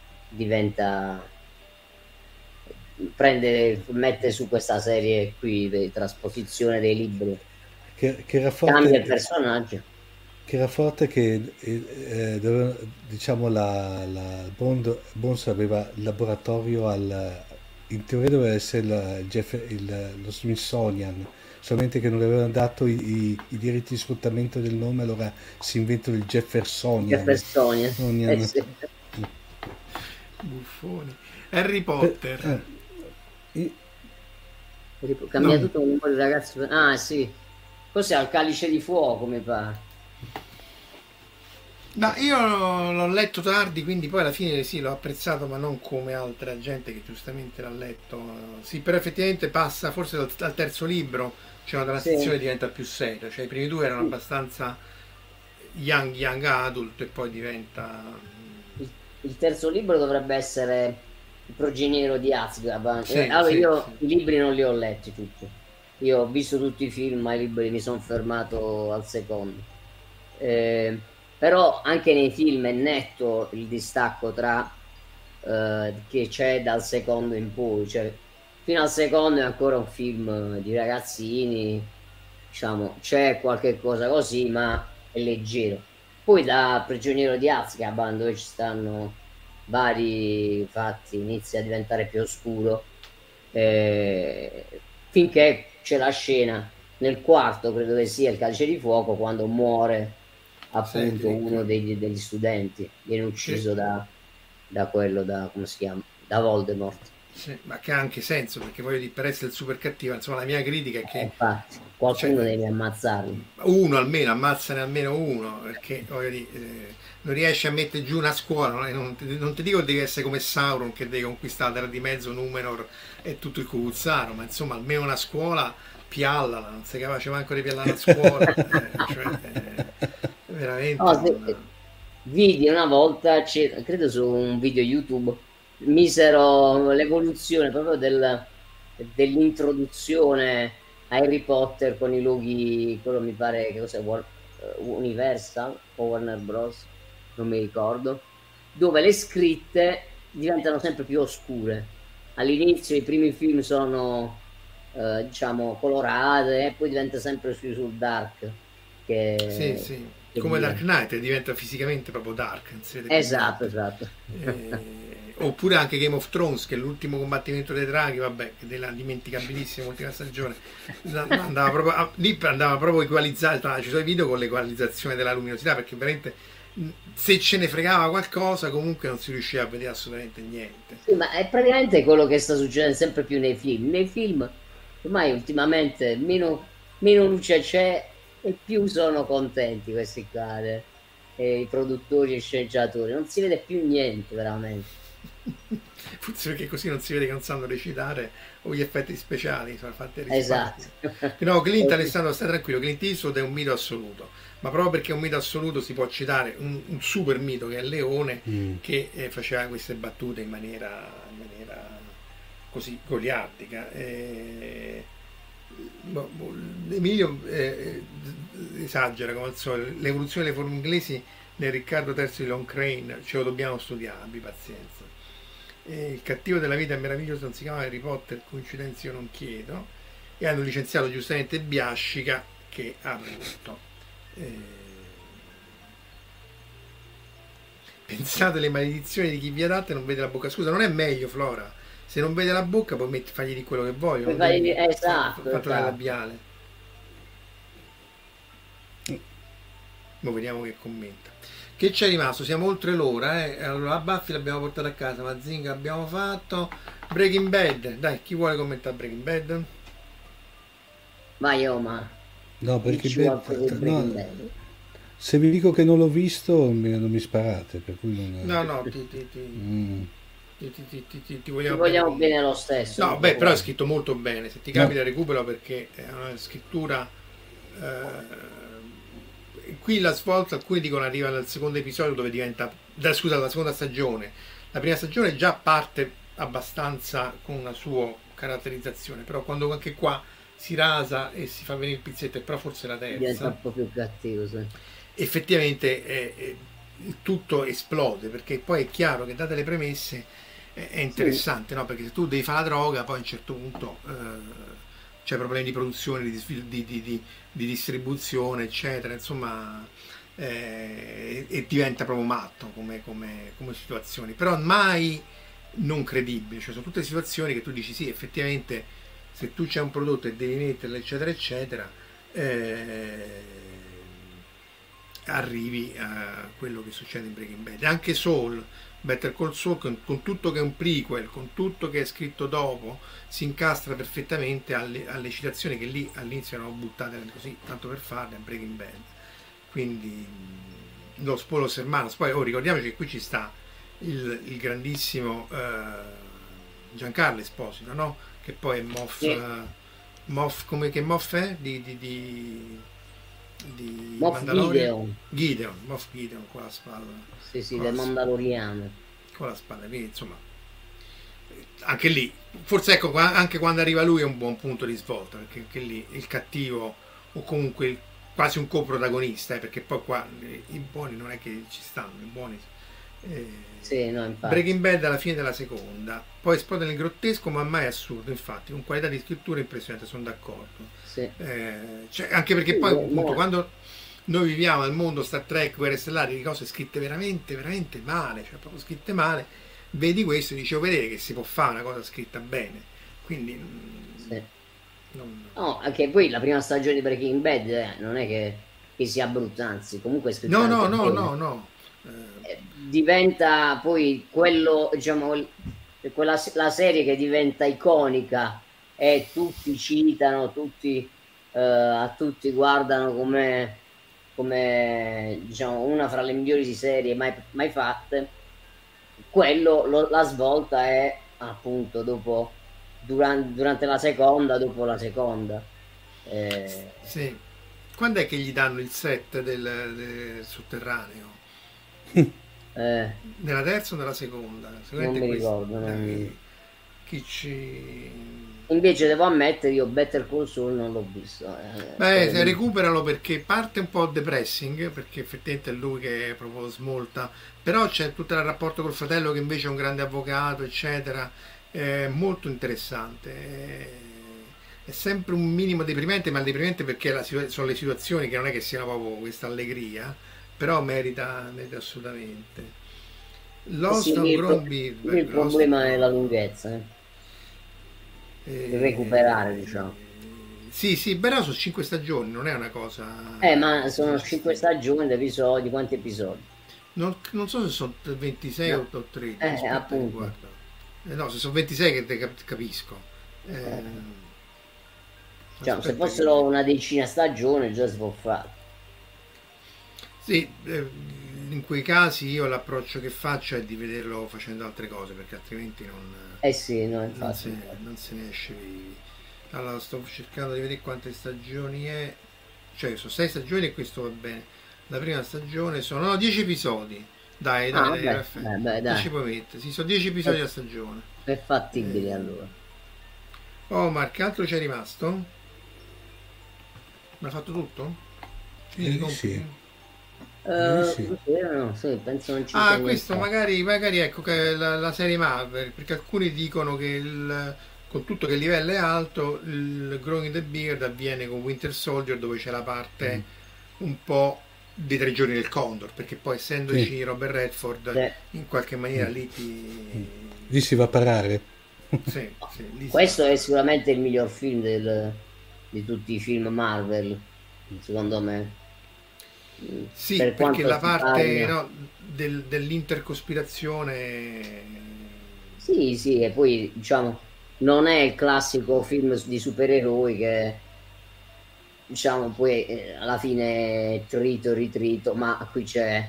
mette su questa serie qui di trasposizione dei libri, che era forte, cambia il personaggio, che era forte, che diciamo Bones aveva il laboratorio in teoria doveva essere lo Smithsonian, solamente che non le avevano dato i diritti di sfruttamento del nome, allora si inventano il Jeffersonian. Sì. Buffoni. Harry Potter. Cambia tutto un po' di ragazzi. Ah sì, cos'è il Calice di Fuoco, mi pare. No, io l'ho letto tardi, quindi poi alla fine sì, l'ho apprezzato, ma non come altra gente che giustamente l'ha letto. Sì, però effettivamente passa forse dal terzo libro, c'è una transizione, diventa più seria, cioè i primi due erano abbastanza young adult e poi diventa... Il terzo libro dovrebbe essere Il Prigioniero di Azkaban. Sì, Allora sì, io sì. i libri non li ho letti tutti, io ho visto tutti i film, ma i libri mi sono fermato al secondo. Però anche nei film è netto il distacco tra che c'è dal secondo in poi, cioè fino al secondo è ancora un film di ragazzini, diciamo, c'è qualche cosa così, ma è leggero. Poi da Prigioniero di Azkaban, dove ci stanno vari fatti, inizia a diventare più oscuro, finché c'è la scena nel quarto, credo che sia il Calice di Fuoco, quando muore appunto uno degli studenti, viene ucciso da quello, come si chiama? Da Voldemort. Sì, ma che ha anche senso, perché voglio dire, per essere il super cattivo, insomma, la mia critica è che infatti qualcuno deve ammazzarlo. Uno almeno, ammazzane almeno uno, perché voglio dire, non riesci a mettere giù una scuola, non ti dico che devi essere come Sauron che deve conquistare la terra di mezzo, Numenor e tutto il cucuzzaro, ma insomma almeno una scuola piallala, non sei capace manco di piallare una scuola, veramente. Vidi una volta, credo su un video YouTube, misero l'evoluzione proprio dell'introduzione a Harry Potter con i loghi, quello mi pare che cos'è, Universal o Warner Bros, non mi ricordo, dove le scritte diventano sempre più oscure. All'inizio i primi film sono diciamo colorate e poi diventa sempre più sul dark, sì. Come Dark Knight diventa fisicamente proprio dark, esatto. Oppure anche Game of Thrones, che è l'ultimo combattimento dei draghi, vabbè, della dimenticabilissima ultima stagione, lì andava proprio equalizzato, ci sono i video con l'equalizzazione della luminosità, perché veramente se ce ne fregava qualcosa comunque non si riusciva a vedere assolutamente niente. Sì, ma è praticamente quello che sta succedendo sempre più nei film. Nei film ormai ultimamente meno luce c'è e più sono contenti questi qua, i produttori e sceneggiatori, non si vede più niente veramente. Forse perché così non si vede che non sanno recitare o gli effetti speciali sono fatti a esatto. No, Clint, Alessandro, stai tranquillo, Clint Eastwood è un mito assoluto, ma proprio perché è un mito assoluto si può citare un super mito che è Leone, che faceva queste battute in maniera così goliardica. Emilio esagera come al solito. L'evoluzione delle forme inglesi nel Riccardo III di Long Crane ce lo dobbiamo studiare, abbi pazienza. Il cattivo della vita è meraviglioso, non si chiama Harry Potter, coincidenza io non chiedo, e hanno licenziato giustamente Biascica che ha avuto pensate le maledizioni di chi vi adatta e non vede la bocca. Scusa, non è meglio, Flora? Se non vede la bocca poi fagli di quello che voglio, esatto. la labiale. Mo vediamo che commenta. Che c'è rimasto? Siamo oltre l'ora, Allora la Buffy l'abbiamo portata a casa, Mazinga l'abbiamo fatto. Breaking Bad, dai, chi vuole commentare Breaking Bad? Vai Oma. No, perché se vi dico che non l'ho visto non mi sparate, per cui non... Ti vogliamo bene lo stesso. No, però è scritto molto bene, se ti capita recupero, perché è una scrittura qui la svolta, alcuni dicono arriva dal secondo episodio dove diventa dalla seconda stagione. La prima stagione già parte abbastanza con una sua caratterizzazione, però quando anche qua si rasa e si fa venire il pizzetto, però forse la terza diventa un po' più cattivo, sì. Effettivamente tutto esplode, perché poi è chiaro che date le premesse è interessante, no? Perché se tu devi fare la droga poi a un certo punto c'è problemi di produzione, di distribuzione, eccetera, insomma, e diventa proprio matto come situazioni, però mai non credibili, cioè sono tutte situazioni che tu dici sì, effettivamente se tu c'è un prodotto e devi metterlo eccetera eccetera, arrivi a quello che succede in Breaking Bad. Anche Saul, Better Call Saul, con tutto che è un prequel, con tutto che è scritto dopo, si incastra perfettamente alle citazioni che lì all'inizio erano buttate così, tanto per farle, a Breaking Bad. Quindi lo Spolos Hermanos. Poi ricordiamoci che qui ci sta il grandissimo Giancarlo Esposito, no? Che poi è Moff, Sì. Moff, come che Moff è? Di Moff Mandalorian? Gideon. Moff Gideon con la spada. Sì, Con del la spada. Mandaloriano. Con la spada, quindi insomma anche lì, forse ecco, anche quando arriva lui è un buon punto di svolta, perché anche lì il cattivo o comunque quasi un coprotagonista, perché poi qua i buoni non è che ci stanno, i buoni. Sì, no, infatti. Breaking Bad alla fine della seconda, poi esplode nel grottesco ma mai assurdo, infatti con qualità di scrittura impressionante, sono d'accordo. Sì. Cioè, anche perché Sì, poi no. appunto quando noi viviamo nel mondo Star Trek, Guerre Stellari, di cose scritte veramente, veramente male, cioè proprio scritte male, vedi questo e dicevo vedere che si può fare una cosa scritta bene, quindi Sì. non- No, anche poi la prima stagione di Breaking Bad non è che sia brutta, anzi, comunque è scritta no, anche bene. no. Diventa poi quello, diciamo, la serie che diventa iconica e tutti citano, a tutti guardano come diciamo una fra le migliori serie mai fatte. La svolta è appunto durante la seconda, dopo la seconda. Sì. Quando è che gli danno il set del sotterraneo? Nella terza o nella seconda? Non mi ricordo. Chi ci... Invece devo ammettere, io Better Call Saul non l'ho visto. Beh, recuperalo perché parte un po' depressing, perché effettivamente è lui che è proprio smolta, però c'è tutto il rapporto col fratello che invece è un grande avvocato, eccetera, è molto interessante. È sempre un minimo deprimente, ma deprimente perché sono le situazioni che non è che siano proprio questa allegria, però merita assolutamente. Lost Sì, and il Grown problema è la lunghezza, recuperare, diciamo. Sì, però sono 5 stagioni, non è una cosa... Ma sono 5 stagioni di quanti episodi? Non so se sono 26 No. o 13. Aspetta che Appunto. guardo. No, se sono 26 che te capisco. Diciamo, se Aspetta fossero una decina stagioni già si può fare. Sì, in quei casi io l'approccio che faccio è di vederlo facendo altre cose, perché altrimenti Sì, no, non infatti. non se ne esce vivi. Allora, sto cercando di vedere quante stagioni è. Cioè, sono 6 stagioni e questo va bene. La prima stagione sono 10 episodi. Dai, Vabbè, Raffaele. dai. Che ci puoi mettere? Sì, sono 10 episodi a stagione. È fattibile allora. Oh, ma che altro c'è rimasto? Ma ha fatto tutto? Finiti i compiti? Sì. No, sì, penso non ci sia Ah, niente. questo magari ecco che la serie Marvel, perché alcuni dicono che con tutto che il livello è alto, il Growing the Beard avviene con Winter Soldier, dove c'è la parte un po' dei 3 giorni del Condor, perché poi essendoci Robert Redford, Sì. in qualche maniera lì Lì si va a parare. sì, lì Questo è sicuramente il miglior film di tutti i film Marvel, secondo me. sì, Per perché quanto la si parte parla. dell'intercospirazione Sì, e poi diciamo non è il classico film di supereroi che diciamo poi alla fine è trito e ritrito, ma qui c'è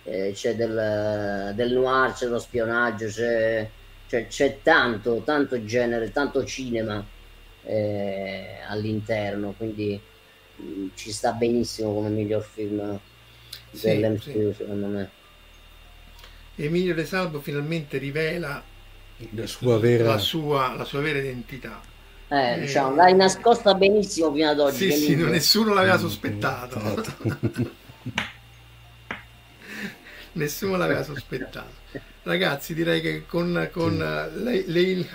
del noir, c'è lo spionaggio, c'è tanto genere, tanto cinema all'interno, quindi ci sta benissimo come miglior film dell'MCU, secondo me. Emilio De Salvo finalmente rivela La sua vera... la sua vera identità. Diciamo, l'hai nascosta benissimo fino ad oggi. Sì, nessuno l'aveva sospettato. Esatto. Nessuno l'aveva sospettato. Ragazzi, direi che con l'Hail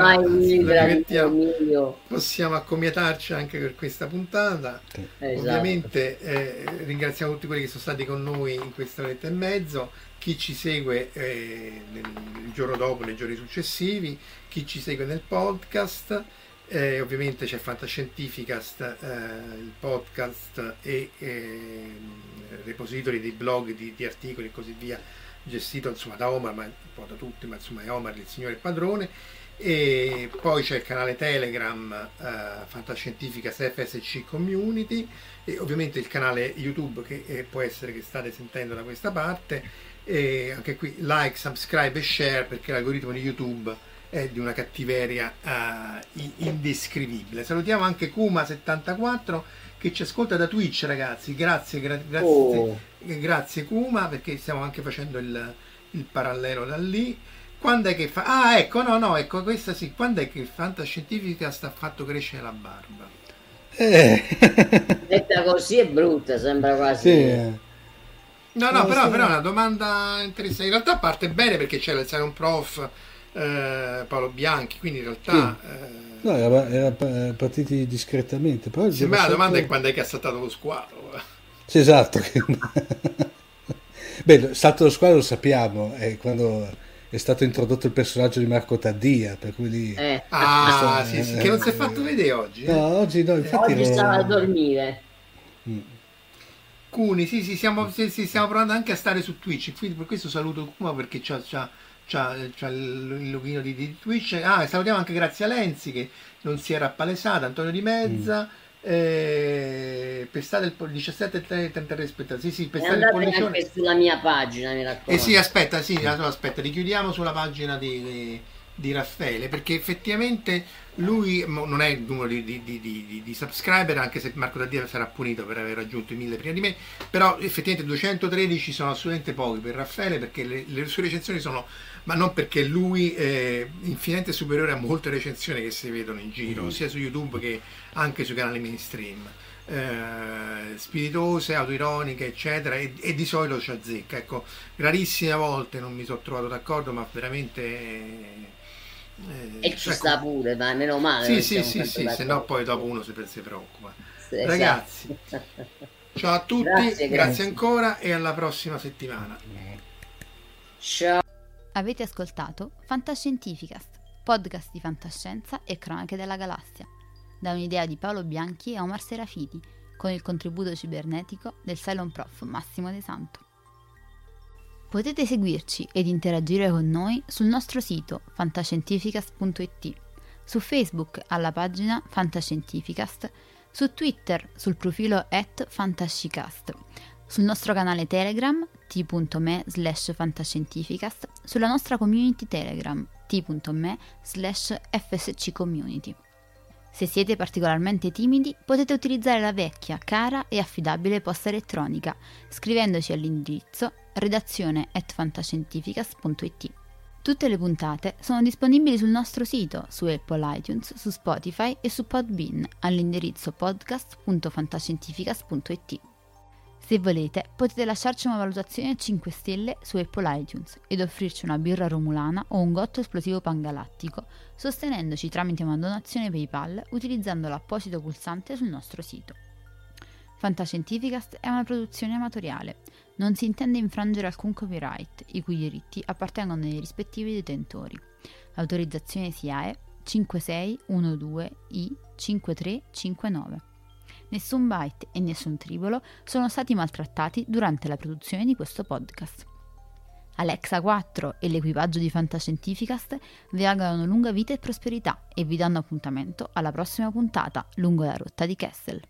Hydra possiamo accomiatarci anche per questa puntata. Esatto. Ovviamente ringraziamo tutti quelli che sono stati con noi in questa oretta e mezzo, chi ci segue il giorno dopo, nei giorni successivi, chi ci segue nel podcast. Ovviamente c'è Fantascientificast, il podcast e repository di blog, di articoli e così via, gestito insomma da Omar, ma un po' da tutti, ma insomma è Omar il signore padrone. E poi c'è il canale Telegram Fantascientificast FSC Community, e ovviamente il canale YouTube che può essere che state sentendo da questa parte, e anche qui like, subscribe e share, perché l'algoritmo di YouTube è di una cattiveria indescrivibile. Salutiamo anche Kuma74 che ci ascolta da Twitch, ragazzi. Grazie Kuma, perché stiamo anche facendo il parallelo da lì. Quando è che fa? Ecco questa sì. Quando è che il Fantascientificast ha fatto crescere la barba? Detta così è brutta, sembra quasi. Sì. No, però è una domanda interessante. In realtà parte bene, perché c'è un prof Paolo Bianchi, quindi in realtà no, era partiti discretamente, però la domanda è quando è che ha saltato lo squalo. Sì, esatto. Beh, salto lo squalo lo sappiamo, è quando è stato introdotto il personaggio di Marco Taddia, per cui lì che non si è fatto vedere oggi. No, oggi no, infatti oggi stava a dormire. Cuni, sì, stiamo provando anche a stare su Twitch, quindi per questo saluto Kuma, perché c'ha il login di Twitch. Salutiamo anche Grazia Lenzi, che non si era appalesata, Antonio Di Mezza, Pestate il 17,33 spettatori. Sì, Pestate il pollicione anche sulla mia pagina, mi raccomando. Sì, aspetta, richiudiamo sulla pagina di Raffaele, perché effettivamente lui non è il numero di subscriber, anche se Marco Taddia sarà punito per aver raggiunto i 1000 prima di me, però effettivamente 213 sono assolutamente pochi per Raffaele, perché le sue recensioni sono, ma non perché lui è infinitamente superiore a molte recensioni che si vedono in giro, sia su YouTube che anche sui canali mainstream, spiritose, autoironiche, eccetera, e di solito ci azzecca. Ecco, rarissime volte non mi sono trovato d'accordo, ma veramente e ci sta pure, ma meno male. Sì, se no poi dopo uno si preoccupa. Ragazzi, ciao a tutti, grazie ancora, e alla prossima settimana. Ciao. Avete ascoltato Fantascientificast, podcast di fantascienza e cronache della galassia, da un'idea di Paolo Bianchi e Omar Serafiti, con il contributo cibernetico del Cylon Prof Massimo De Santo. Potete seguirci ed interagire con noi sul nostro sito fantascientificast.it, su Facebook alla pagina Fantascientificast, su Twitter sul profilo @fantascicast, sul nostro canale Telegram t.me/fantascientificast, sulla nostra community Telegram t.me/fsccommunity. Se siete particolarmente timidi, potete utilizzare la vecchia, cara e affidabile posta elettronica, scrivendoci all'indirizzo redazione@fantascientificast.it. Tutte le puntate sono disponibili sul nostro sito, su Apple iTunes, su Spotify e su Podbean, all'indirizzo podcast.fantascientificast.it. Se volete, potete lasciarci una valutazione a 5 stelle su Apple iTunes ed offrirci una birra romulana o un gotto esplosivo pangalattico, sostenendoci tramite una donazione PayPal utilizzando l'apposito pulsante sul nostro sito. Fantascientificast è una produzione amatoriale. Non si intende infrangere alcun copyright, i cui diritti appartengono ai rispettivi detentori. L'autorizzazione SIAE 5612I5359. Nessun byte e nessun tribolo sono stati maltrattati durante la produzione di questo podcast. Alexa 4 e l'equipaggio di Fantascientificast vi augurano lunga vita e prosperità e vi danno appuntamento alla prossima puntata lungo la rotta di Kessel.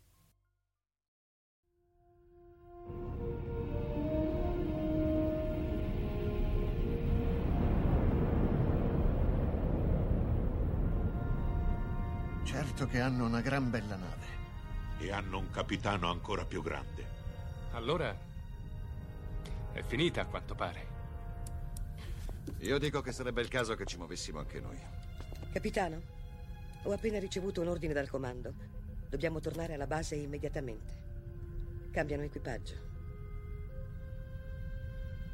Certo che hanno una gran bella nave. E hanno un capitano ancora più grande. Allora è finita, a quanto pare. Io dico che sarebbe il caso che ci muovessimo anche noi. Capitano, ho appena ricevuto un ordine dal comando. Dobbiamo tornare alla base immediatamente. Cambiano equipaggio.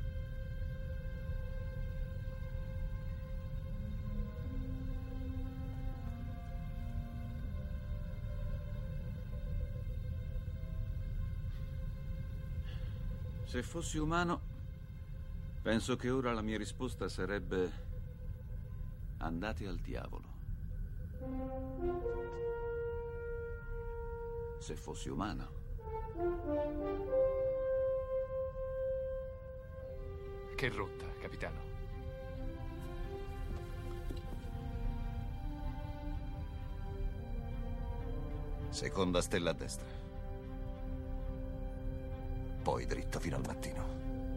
Se fossi umano, penso che ora la mia risposta sarebbe: andate al diavolo. Se fossi umano. Che rotta, capitano. Seconda stella a destra. Poi dritto fino al mattino.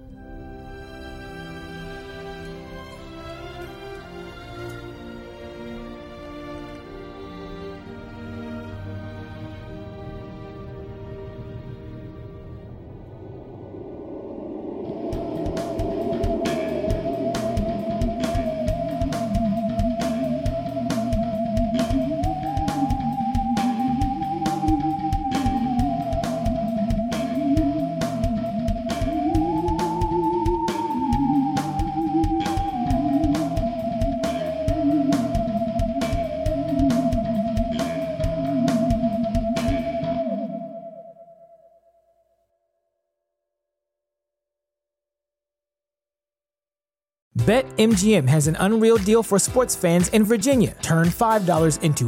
BetMGM has an unreal deal for sports fans in Virginia. Turn $5 into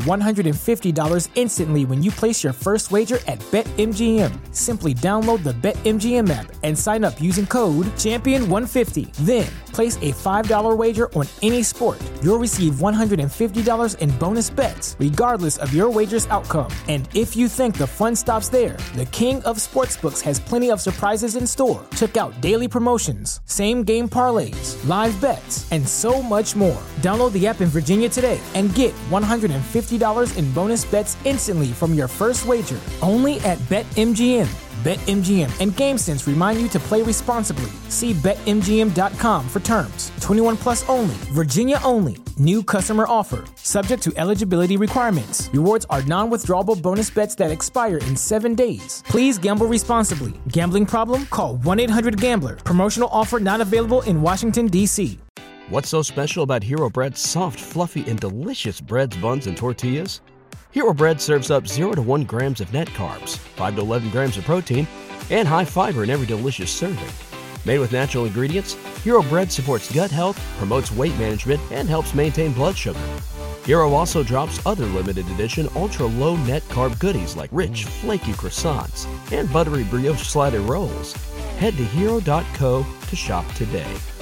$150 instantly when you place your first wager at BetMGM. Simply download the BetMGM app and sign up using code Champion150. Then, place a $5 wager on any sport. You'll receive $150 in bonus bets, regardless of your wager's outcome. And if you think the fun stops there, the King of Sportsbooks has plenty of surprises in store. Check out daily promotions, same-game parlays, live bets, and so much more. Download the app in Virginia today and get $150 in bonus bets instantly from your first wager. Only at BetMGM. BetMGM and GameSense remind you to play responsibly. See BetMGM.com for terms. 21 plus only. Virginia only. New customer offer. Subject to eligibility requirements. Rewards are non-withdrawable bonus bets that expire in 7 days. Please gamble responsibly. Gambling problem? Call 1-800-GAMBLER. Promotional offer not available in Washington, D.C. What's so special about Hero Bread's soft, fluffy, and delicious breads, buns, and tortillas? Hero Bread serves up 0 to 1 grams of net carbs, 5 to 11 grams of protein, and high fiber in every delicious serving. Made with natural ingredients, Hero Bread supports gut health, promotes weight management, and helps maintain blood sugar. Hero also drops other limited edition ultra-low net carb goodies like rich, flaky croissants and buttery brioche slider rolls. Head to hero.co to shop today.